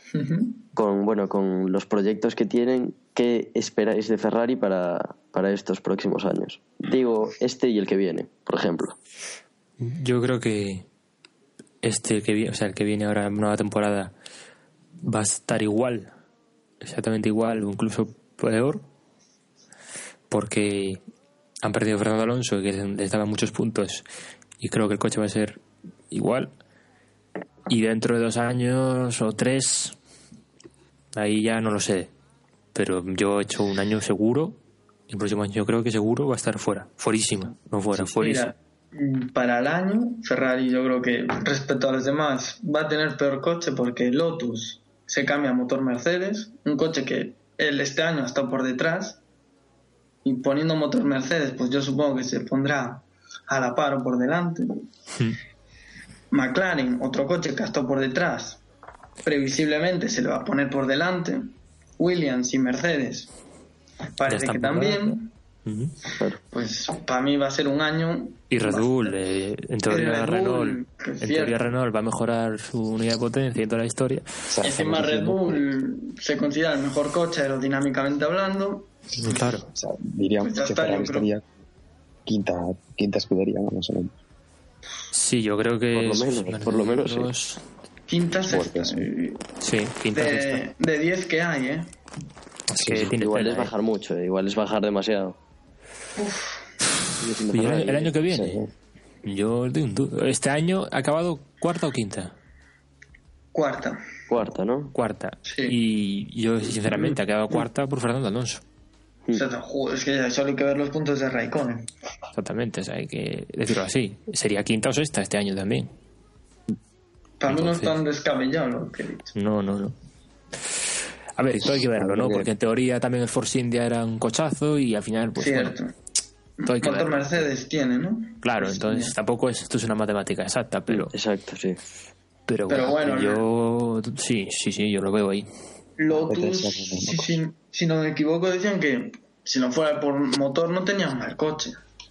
con los proyectos que tienen, ¿qué esperáis de Ferrari para estos próximos años? Digo, este y el que viene, por ejemplo. Yo creo que el que viene ahora en nueva temporada va a estar igual, exactamente igual o incluso peor, porque han perdido a Fernando Alonso, que les daba muchos puntos, y creo que el coche va a ser igual. Y dentro de 2 años o 3, ahí ya no lo sé. Pero yo he hecho un año seguro, y el próximo año yo creo que seguro va a estar fuerísima. Mira, para el año, Ferrari yo creo que respecto a los demás va a tener peor coche, porque Lotus se cambia a motor Mercedes, un coche que este año ha estado por detrás. Y poniendo motor Mercedes, pues yo supongo que se pondrá a la par o por delante. McLaren, otro coche que ha estado por detrás, previsiblemente se le va a poner por delante. Williams y Mercedes parece que también. Pues para mí va a ser un año. Y Red Bull, en teoría Renault va a mejorar su unidad de potencia y toda la historia. Y encima Red Bull se considera el mejor coche aerodinámicamente hablando. Claro. O sea, diríamos que Ferrari estaría quinta escudería, más o menos. Sí, yo creo que por lo menos sí. Quinta, sexta. Sí, quinta, sexta. De 10 que hay, Es que tiene igual tela, es bajar mucho, igual es bajar demasiado. Y el año que viene, yo este año ha acabado cuarta o quinta. Cuarta, ¿no? Cuarta. Sí. Y yo sinceramente ha quedado cuarta por Fernando Alonso. Es que solo hay que ver los puntos de Raikkonen. Exactamente, o sea, hay que decirlo así. Sería quinta o sexta este año también. Para mí no es tan descabellado lo que he dicho. No. A ver, todo hay que verlo, ¿no? Porque en teoría también el Force India era un cochazo y al final, pues cierto. Bueno, todo hay que ¿Cuántos verlo. Mercedes tiene, no? Claro, entonces tampoco esto es una matemática exacta, pero... Exacto, sí. Pero bueno, yo... Sí, yo lo veo ahí. Lotus, si no me equivoco, decían que si no fuera por motor no tenían mal coche.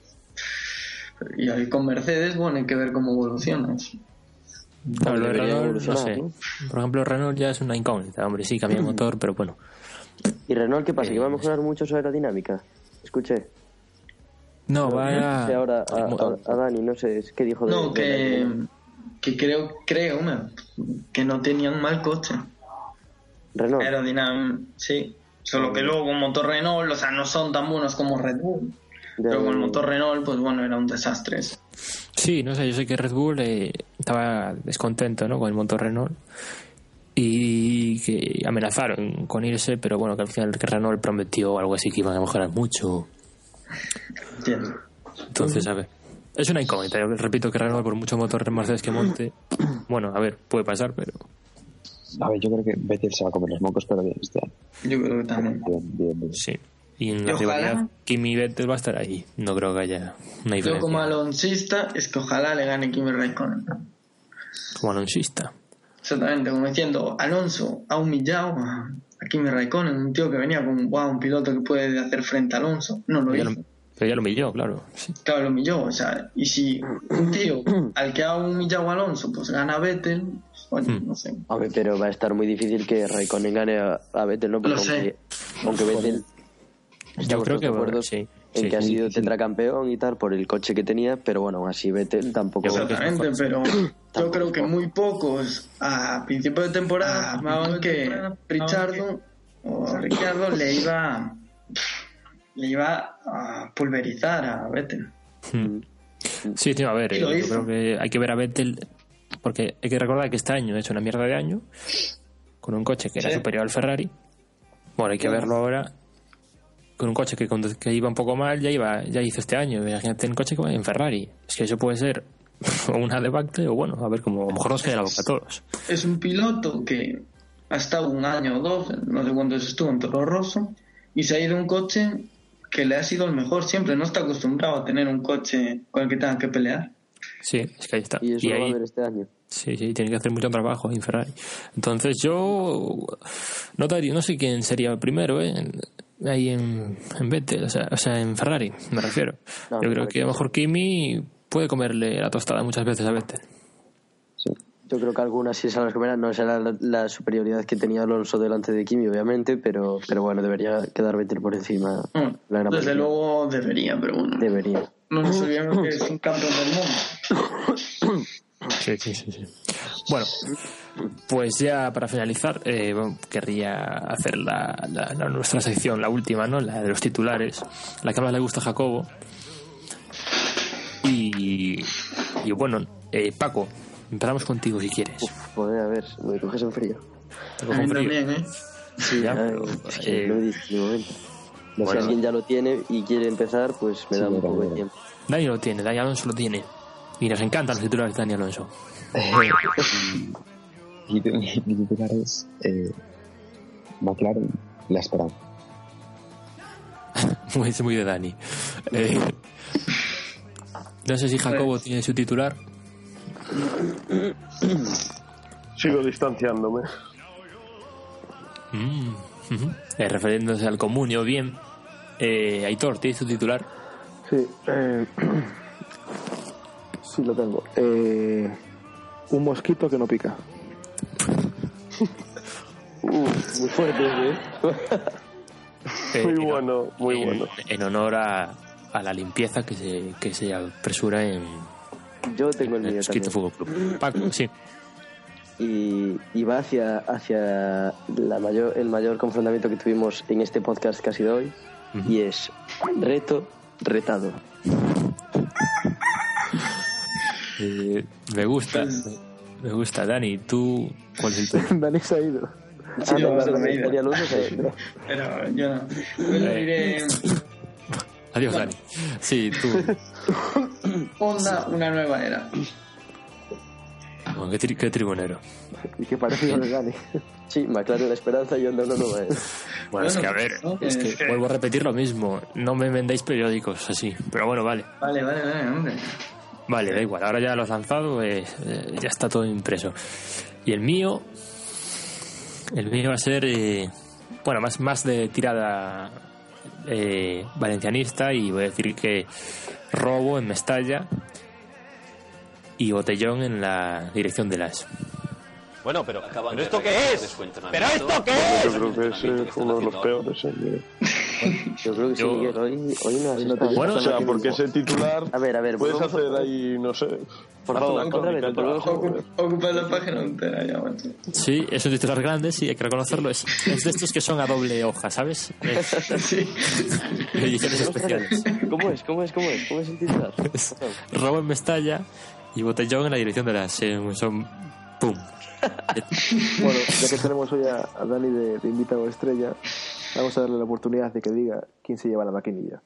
Y ahí con Mercedes, bueno, hay que ver cómo evoluciona eso. Claro, lo de Renault, no sé. ¿no? Por ejemplo, Renault ya es una incógnita, hombre, sí, cambia el motor, pero bueno. ¿Y Renault qué pasa? ¿Que va a mejorar mucho su aerodinámica? Escuché. No, va a... ahora a Dani, no sé, es que dijo... No, que creo que no tenían mal coche. Renault. Aerodinámica, sí. Solo que luego con motor Renault, o sea, no son tan buenos como Red Bull. Pero con el motor Renault, pues bueno, era un desastre eso. Sí, no sé, yo sé que Red Bull estaba descontento, ¿no?, con el motor Renault y que amenazaron con irse, pero bueno, que al final que Renault prometió algo así que iban a mejorar mucho. Entiendo. Entonces, a ver, es una incógnita. Yo repito que Renault, por mucho motor Mercedes que monte, bueno, a ver, puede pasar, pero... A ver, yo creo que Vettel se va a comer los mocos, pero bien este año. Yo creo que también. Bien. Sí. Y en la rivalidad, Kimi y Vettel va a estar ahí. No creo que haya una diferencia. Yo como alonsista es que ojalá le gane Kimi Raikkonen. Como alonsista. Exactamente, como diciendo, Alonso ha humillado a Kimi Raikkonen, un tío que venía con un piloto que puede hacer frente a Alonso. No lo hizo. Pero ya lo humilló, claro. Sí. Claro, lo humilló. O sea, y si un tío al que ha humillado a Alonso pues gana a Vettel, pues, oye, no sé. A ver, pero va a estar muy difícil que Raikkonen gane a Vettel, ¿no? Porque lo sé. Aunque Vettel... Yo creo que en que ha sido tetracampeón y tal por el coche que tenía, pero bueno, aún así Vettel tampoco... Exactamente, pero yo creo que muy pocos a principio de temporada estimaban que Ricciardo le iba a pulverizar a Vettel. Sí, tío, a ver, yo creo que hay que ver a Vettel, porque hay que recordar que este año ha hecho una mierda de año con un coche que era superior al Ferrari. Bueno, hay que verlo ahora con un coche que iba un poco mal, ya hizo este año. Imagínate un coche que va en Ferrari. Es que eso puede ser una debacle o bueno, a ver, como a lo mejor nos cae la boca a todos. Es un piloto que ha estado un año o dos, no sé cuántos estuvo en Toro Rosso, y se ha ido un coche que le ha sido el mejor siempre. No está acostumbrado a tener un coche con el que tenga que pelear. Sí, es que ahí está. Y eso ahí va a ver este año. Sí, tiene que hacer mucho trabajo en Ferrari. Entonces yo no sé quién sería el primero, ahí en Vettel, o sea, en Ferrari, me refiero. Yo creo que a lo mejor Kimi puede comerle la tostada muchas veces a Vettel. Sí. Yo creo que algunas sí se las comerán. No será la superioridad que tenía Alonso delante de Kimi, obviamente, pero bueno, debería quedar Vettel por encima. Desde luego debería, pero bueno. Debería. No nos olvidemos que es un campeón del mundo. Sí. Bueno, pues ya para finalizar, querría hacer nuestra sección, la última, ¿no? La de los titulares, la que más le gusta a Jacobo. Y bueno, Paco, empezamos contigo si quieres. Joder, a ver, me coges en frío. A mí también, Sí, ya. No me dices ni momento. Si alguien ya lo tiene y quiere empezar, pues me da un poco de tiempo. Dani lo tiene, Dani Alonso lo tiene. Y nos encantan los titulares de Dani Alonso. Mi titular es McLaren, la esperanza. muy de Dani. No sé si Jacobo tiene su titular. Sigo Aitor, ¿tienes tu titular? Sí, sí lo tengo. Un mosquito que no pica. Muy fuerte, muy bueno. En honor a la limpieza que se apresura en... Yo tengo el mío Mosquito también. Fútbol Club. Paco, sí. Y va hacia el mayor confrontamiento que tuvimos en este podcast que ha sido hoy, y es retado. Me gusta. Dani, ¿tú cuál es el tuyo? Dani se ha ido. Sí, yo Dani me he ido. Alonso se ha ido. Pero yo no. Yo le diré Adiós, Dani. Sí, tú. una nueva era. Bueno, qué tribunero. Y que parece con el Dani. Sí, McLaren la esperanza y Honda una nueva era. Bueno, es que a ver, es que vuelvo a repetir lo mismo. No me vendéis periódicos así. Pero bueno, vale. Vale, hombre. Vale, da igual. Ahora ya lo has lanzado, ya está todo impreso. Y el mío va a ser, bueno, más de tirada valencianista, y voy a decir que robo en Mestalla y botellón en la dirección de las. Bueno, pero ¿esto qué es? ¿Pero esto qué es? Yo creo que ese fue uno de los peores. Yo creo que sí, Miguel. Hoy no te bueno, o sea, porque ese titular. A ver, puedes hacer ahí, no sé. Por favor, Ocupa la página entera ya, macho. Sí, es un titular grande, sí, hay que reconocerlo. Es de estos que son a doble hoja, ¿sabes? Sí. Ediciones especiales. ¿Cómo es el titular? Robo en Mestalla y botellón en la dirección de las. Son. ¡Pum! Bueno, ya que tenemos hoy a Dani de invitado estrella, vamos a darle la oportunidad de que diga quién se lleva la maquinilla.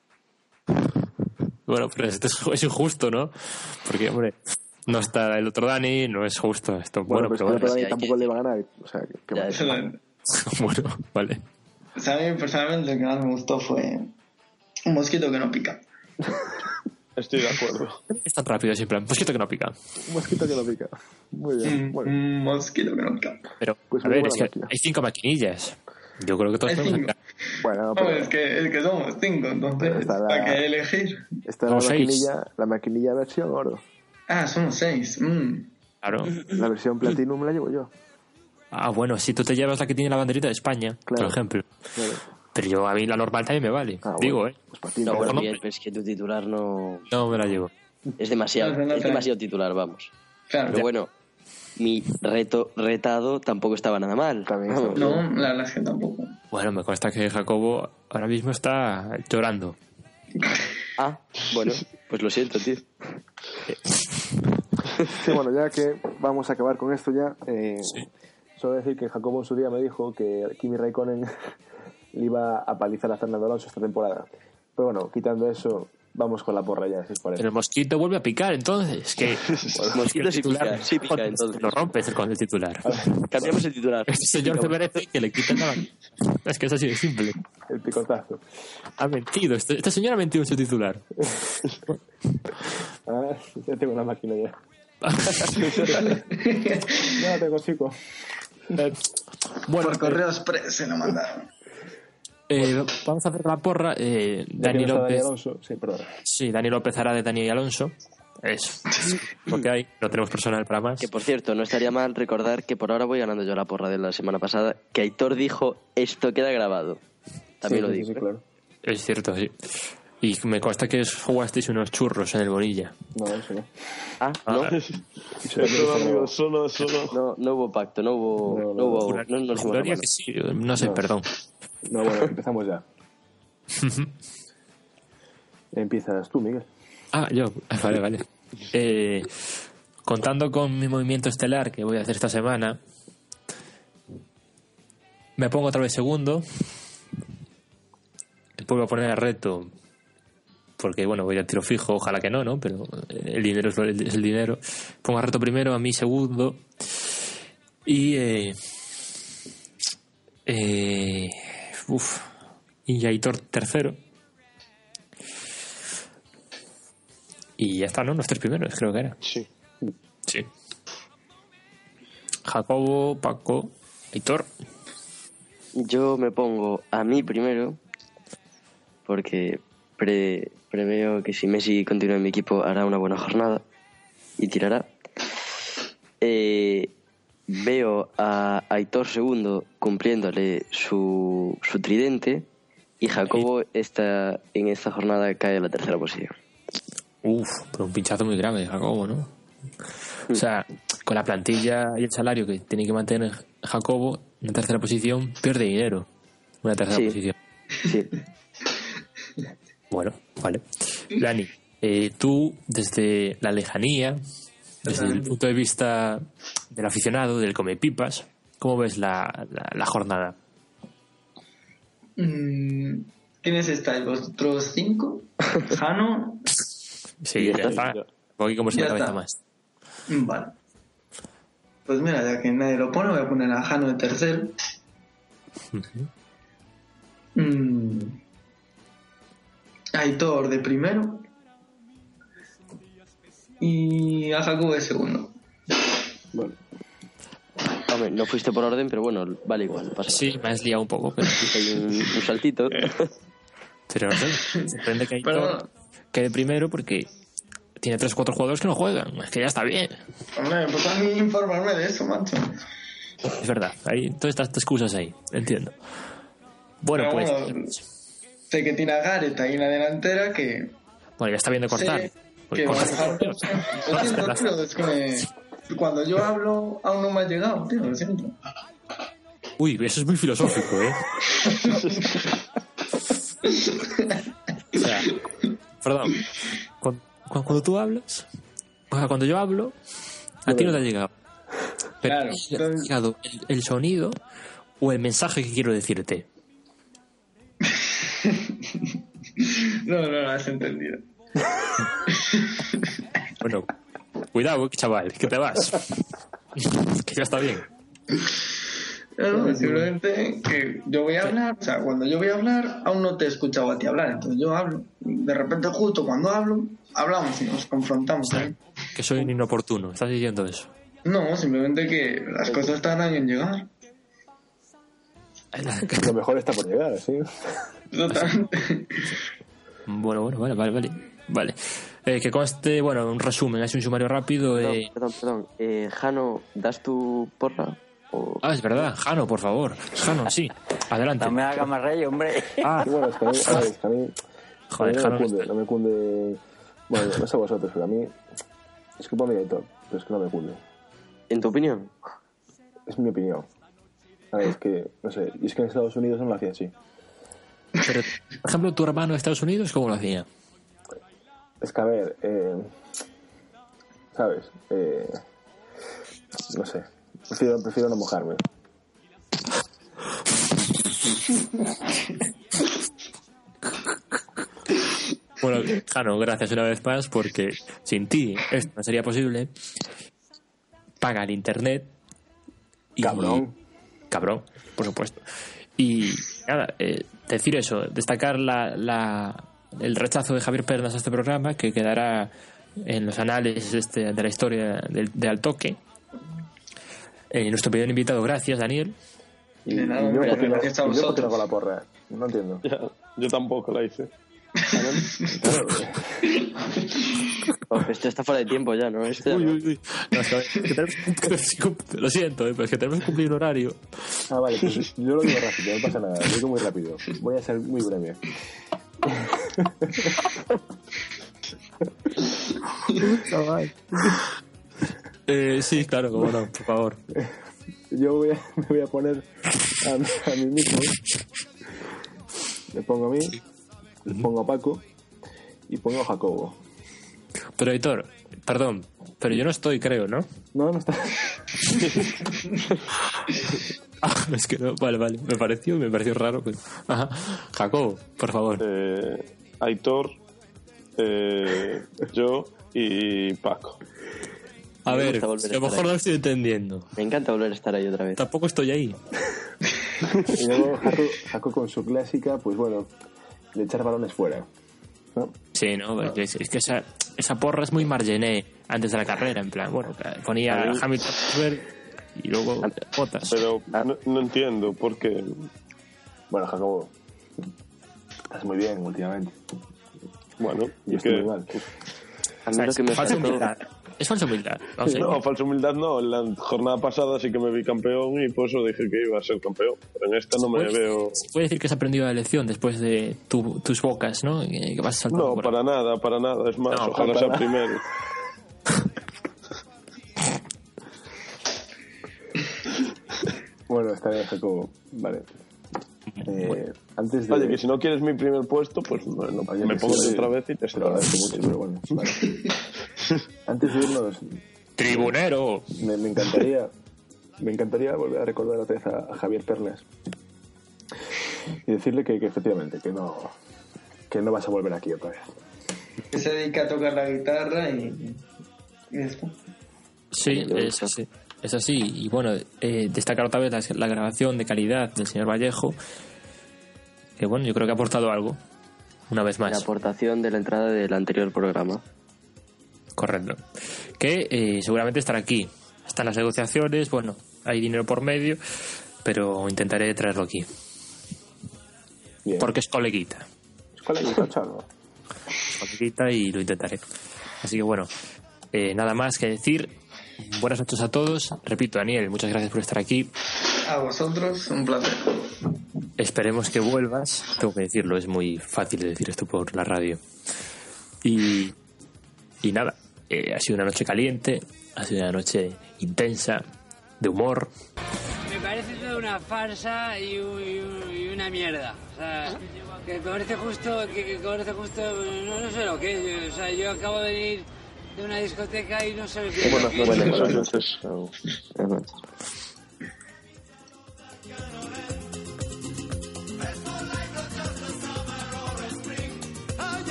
Bueno, pero esto es injusto, ¿no? Porque, hombre, no está el otro Dani, no es justo esto. Bueno, pero el otro Dani tampoco le va a ganar. O sea, bueno, vale. Pues a mí personalmente el que más me gustó fue un mosquito que no pica. Estoy de acuerdo. Es tan rápido siempre. Mosquito que no pica. Un mosquito que no pica. Muy bien. Un mosquito que no pica. Pero, pues a ver, es que hay 5 maquinillas. Yo creo que todos tenemos acá. Bueno, pero... es que somos 5, entonces ¿para qué elegir? Está la maquinilla versión oro. Ah, somos 6. Claro. La versión Platinum la llevo yo. Ah, bueno, si tú te llevas la que tiene la banderita de España, claro, por ejemplo. Claro. Pero yo, a mí la normal también me vale. Digo, Pues no, bueno, bien, es que tu titular no me la llevo. Es demasiado titular, vamos. Claro. Pero bueno, mi retado tampoco estaba nada mal. No, la verdad es que tampoco. Bueno, me consta que Jacobo ahora mismo está llorando. Ah, bueno, pues lo siento, tío. Sí, bueno, ya que vamos a acabar con esto ya, solo decir que Jacobo en su día me dijo que Kimi Raikkonen le iba a palizar a Fernando Alonso esta temporada. Pero bueno, quitando eso, vamos con la porra ya, si os parece. Pero el mosquito vuelve a picar, entonces. Que el mosquito sí pica, entonces. Lo rompes con el titular. Cambiamos el titular. Este señor se merece que le quiten la... Es que es así de simple. El picotazo. Ha mentido. Este señor ha mentido en su titular. Ya tengo una máquina ya. Ya la tengo, chico. Bueno, por correo express se lo mandaron. Vamos a hacer la porra. Dani López. Sí, Dani López hará de Dani Alonso. Es lo que hay. No tenemos personal para más. Que por cierto, no estaría mal recordar que por ahora voy ganando yo la porra de la semana pasada. Que Aitor dijo: esto queda grabado. También lo digo. Sí, claro. Es cierto, sí. Y me consta que jugasteis unos churros en el Bonilla. No, eso no. Ah, ¿no? Eso, amigo, solo. No hubo pacto, no hubo. Que sí, no sé, perdón. No, bueno, empezamos ya. Empiezas tú, Miguel. Ah, yo. Vale. Contando con mi movimiento estelar que voy a hacer esta semana, me pongo otra vez segundo. Después voy a poner a reto, porque bueno, voy a tiro fijo, ojalá que no, pero el dinero es el dinero. Pongo a reto primero, a mí segundo, y Aitor tercero, y ya está, ¿no? Los 3 primeros, creo que era. Sí. Jacobo, Paco, Aitor. Yo me pongo a mí primero porque preveo que si Messi continúa en mi equipo hará una buena jornada y tirará. Veo a Aitor II cumpliéndole su tridente, y Jacobo en esta jornada cae a la tercera posición. Pero un pinchazo muy grave, Jacobo, ¿no? O sea, con la plantilla y el salario que tiene que mantener Jacobo, en tercera posición pierde dinero. Una tercera posición. Sí. Bueno, vale. Dani, tú, desde la lejanía, desde el punto de vista del aficionado, del comepipas, ¿cómo ves la jornada? ¿Quiénes estáis? ¿Vosotros 5? ¿Jano? Sí, ya está. Voy como si la cabeza más. Vale. Pues mira, ya que nadie lo pone, voy a poner a Jano de tercero. Aitor de primero. Y a Jacobo de segundo. Bueno. Hombre, no fuiste por orden, pero bueno, vale igual. Sí, me has liado un poco. Pero... hay un saltito. Pero no sé, se sorprende que Aitor quede primero porque tiene 3 o 4 jugadores que no juegan. Es que ya está bien. Hombre, pues a mí informarme de eso, macho. Es verdad, hay todas estas excusas ahí, entiendo. Bueno, pero pues... sé que tiene a Gareth ahí en la delantera que... Bueno, ya está bien de cortar. Que va a dejar... Lo siento, tío, es que cuando yo hablo aún no me ha llegado, tío, lo siento. Uy, eso es muy filosófico, ¿eh? O sea, perdón, cuando tú hablas, o sea, cuando yo hablo, a ti no te ha llegado. Pero claro, te ha llegado el sonido o el mensaje que quiero decirte. No lo has entendido. Bueno, cuidado, chaval, que te vas. Que ya está bien. No, simplemente que yo voy a hablar, o sea, cuando yo voy a hablar, aún no te he escuchado a ti hablar, entonces yo hablo. De repente, justo cuando hablo, hablamos y nos confrontamos. Que soy un inoportuno, ¿estás diciendo eso? No, simplemente que las cosas tardan en llegar. Lo mejor está por llegar, sí. Totalmente. Bueno, vale. Que conste, bueno, un resumen, es un sumario rápido. Perdón. Jano, ¿das tu porra? O... Es verdad, Jano, por favor. Jano, sí. Adelante. No me hagas más rey, hombre. Bueno, es que a mí joder, Jano, no me cunde. Bueno, no sé vosotros, pero a mí. Disculpame, Aitor, pero es que no me cunde. ¿En tu opinión? Es mi opinión. A ver, es que, no sé, y es que en Estados Unidos no lo hacía así. Pero, por ejemplo, tu hermano en Estados Unidos, ¿cómo lo hacía? Es que, a ver, ¿sabes? No sé, prefiero no mojarme. Bueno, Jano, gracias una vez más, porque sin ti esto no sería posible. Paga el internet. Y... Cabrón, por supuesto. Y nada, decir eso, destacar el rechazo de Javier Pernas a este programa, que quedará en los anales de la historia de Al Toque. Nuestro primer invitado, gracias, Daniel. Y yo gracias a vosotros. Con la porra, no entiendo. Yo tampoco la hice. Esto está fuera de tiempo ya, ¿no? Uy. No, es que lo siento, pero es que tenemos que cumplir un horario. Vale, pues yo lo digo rápido, no pasa nada, lo digo muy rápido. Voy a ser muy breve. Sí, claro, como no, por favor. Yo me voy a poner a mí mismo. Me pongo a mí, le pongo a Paco y pongo a Jacobo. Pero Aitor, perdón, pero yo no estoy, creo, ¿no? No está. Es que no, vale, me pareció raro, pero... Ajá. Jacobo, por favor. Aitor, yo y Paco. A ver, a lo mejor no lo estoy entendiendo. Me encanta volver a estar ahí otra vez. Tampoco estoy ahí. Y luego Jaco con su clásica, pues bueno, de echar balones fuera, ¿no? Sí, no, es que esa porra es muy Margené antes de la carrera, en plan, bueno, ponía Hamilton y luego Bottas. Pero no entiendo por qué. Bueno, Jacobo, Estás muy bien últimamente. Bueno, yo estoy muy mal. A mí lo que me falsa humildad. Es falsa humildad. No, falsa humildad no. En la jornada pasada sí que me vi campeón y por eso dije que iba a ser campeón. Pero en esta no me veo... ¿Se puede decir que has aprendido la lección después de tus bocas, no? Que vas a saltar no, para nada. Es más, ojalá sea primero. Bueno, está bien, Jacobo. Vale. Antes de... Oye, que si no quieres mi primer puesto, pues bueno, me pongo otra vez y te lo agradezco mucho, pero bueno. Vale. Antes de irnos... ¡Tribunero! Me encantaría volver a recordar otra vez a Javier Pernes y decirle que efectivamente, que no vas a volver aquí otra vez. Que se dedica a tocar la guitarra y después. Sí, es así. Y bueno, destacar otra vez la grabación de calidad del señor Vallejo, que bueno, yo creo que ha aportado algo, una vez más. La aportación de la entrada del anterior programa. Correcto. Que seguramente estará aquí. Están las negociaciones, bueno, hay dinero por medio, pero intentaré traerlo aquí. Bien. Porque es coleguita. Es coleguita, chalo. Es coleguita y lo intentaré. Así que bueno, nada más que decir. Buenas noches a todos. Repito, Daniel, muchas gracias por estar aquí. A vosotros, un placer. Esperemos que vuelvas. Tengo que decirlo, es muy fácil de decir esto por la radio. Y nada, ha sido una noche caliente, ha sido una noche intensa, de humor. Me parece toda una farsa y una mierda. O sea, que parece justo, no sé lo que es. O sea, yo acabo de venir de una discoteca y no sé lo que es. Buenas noches.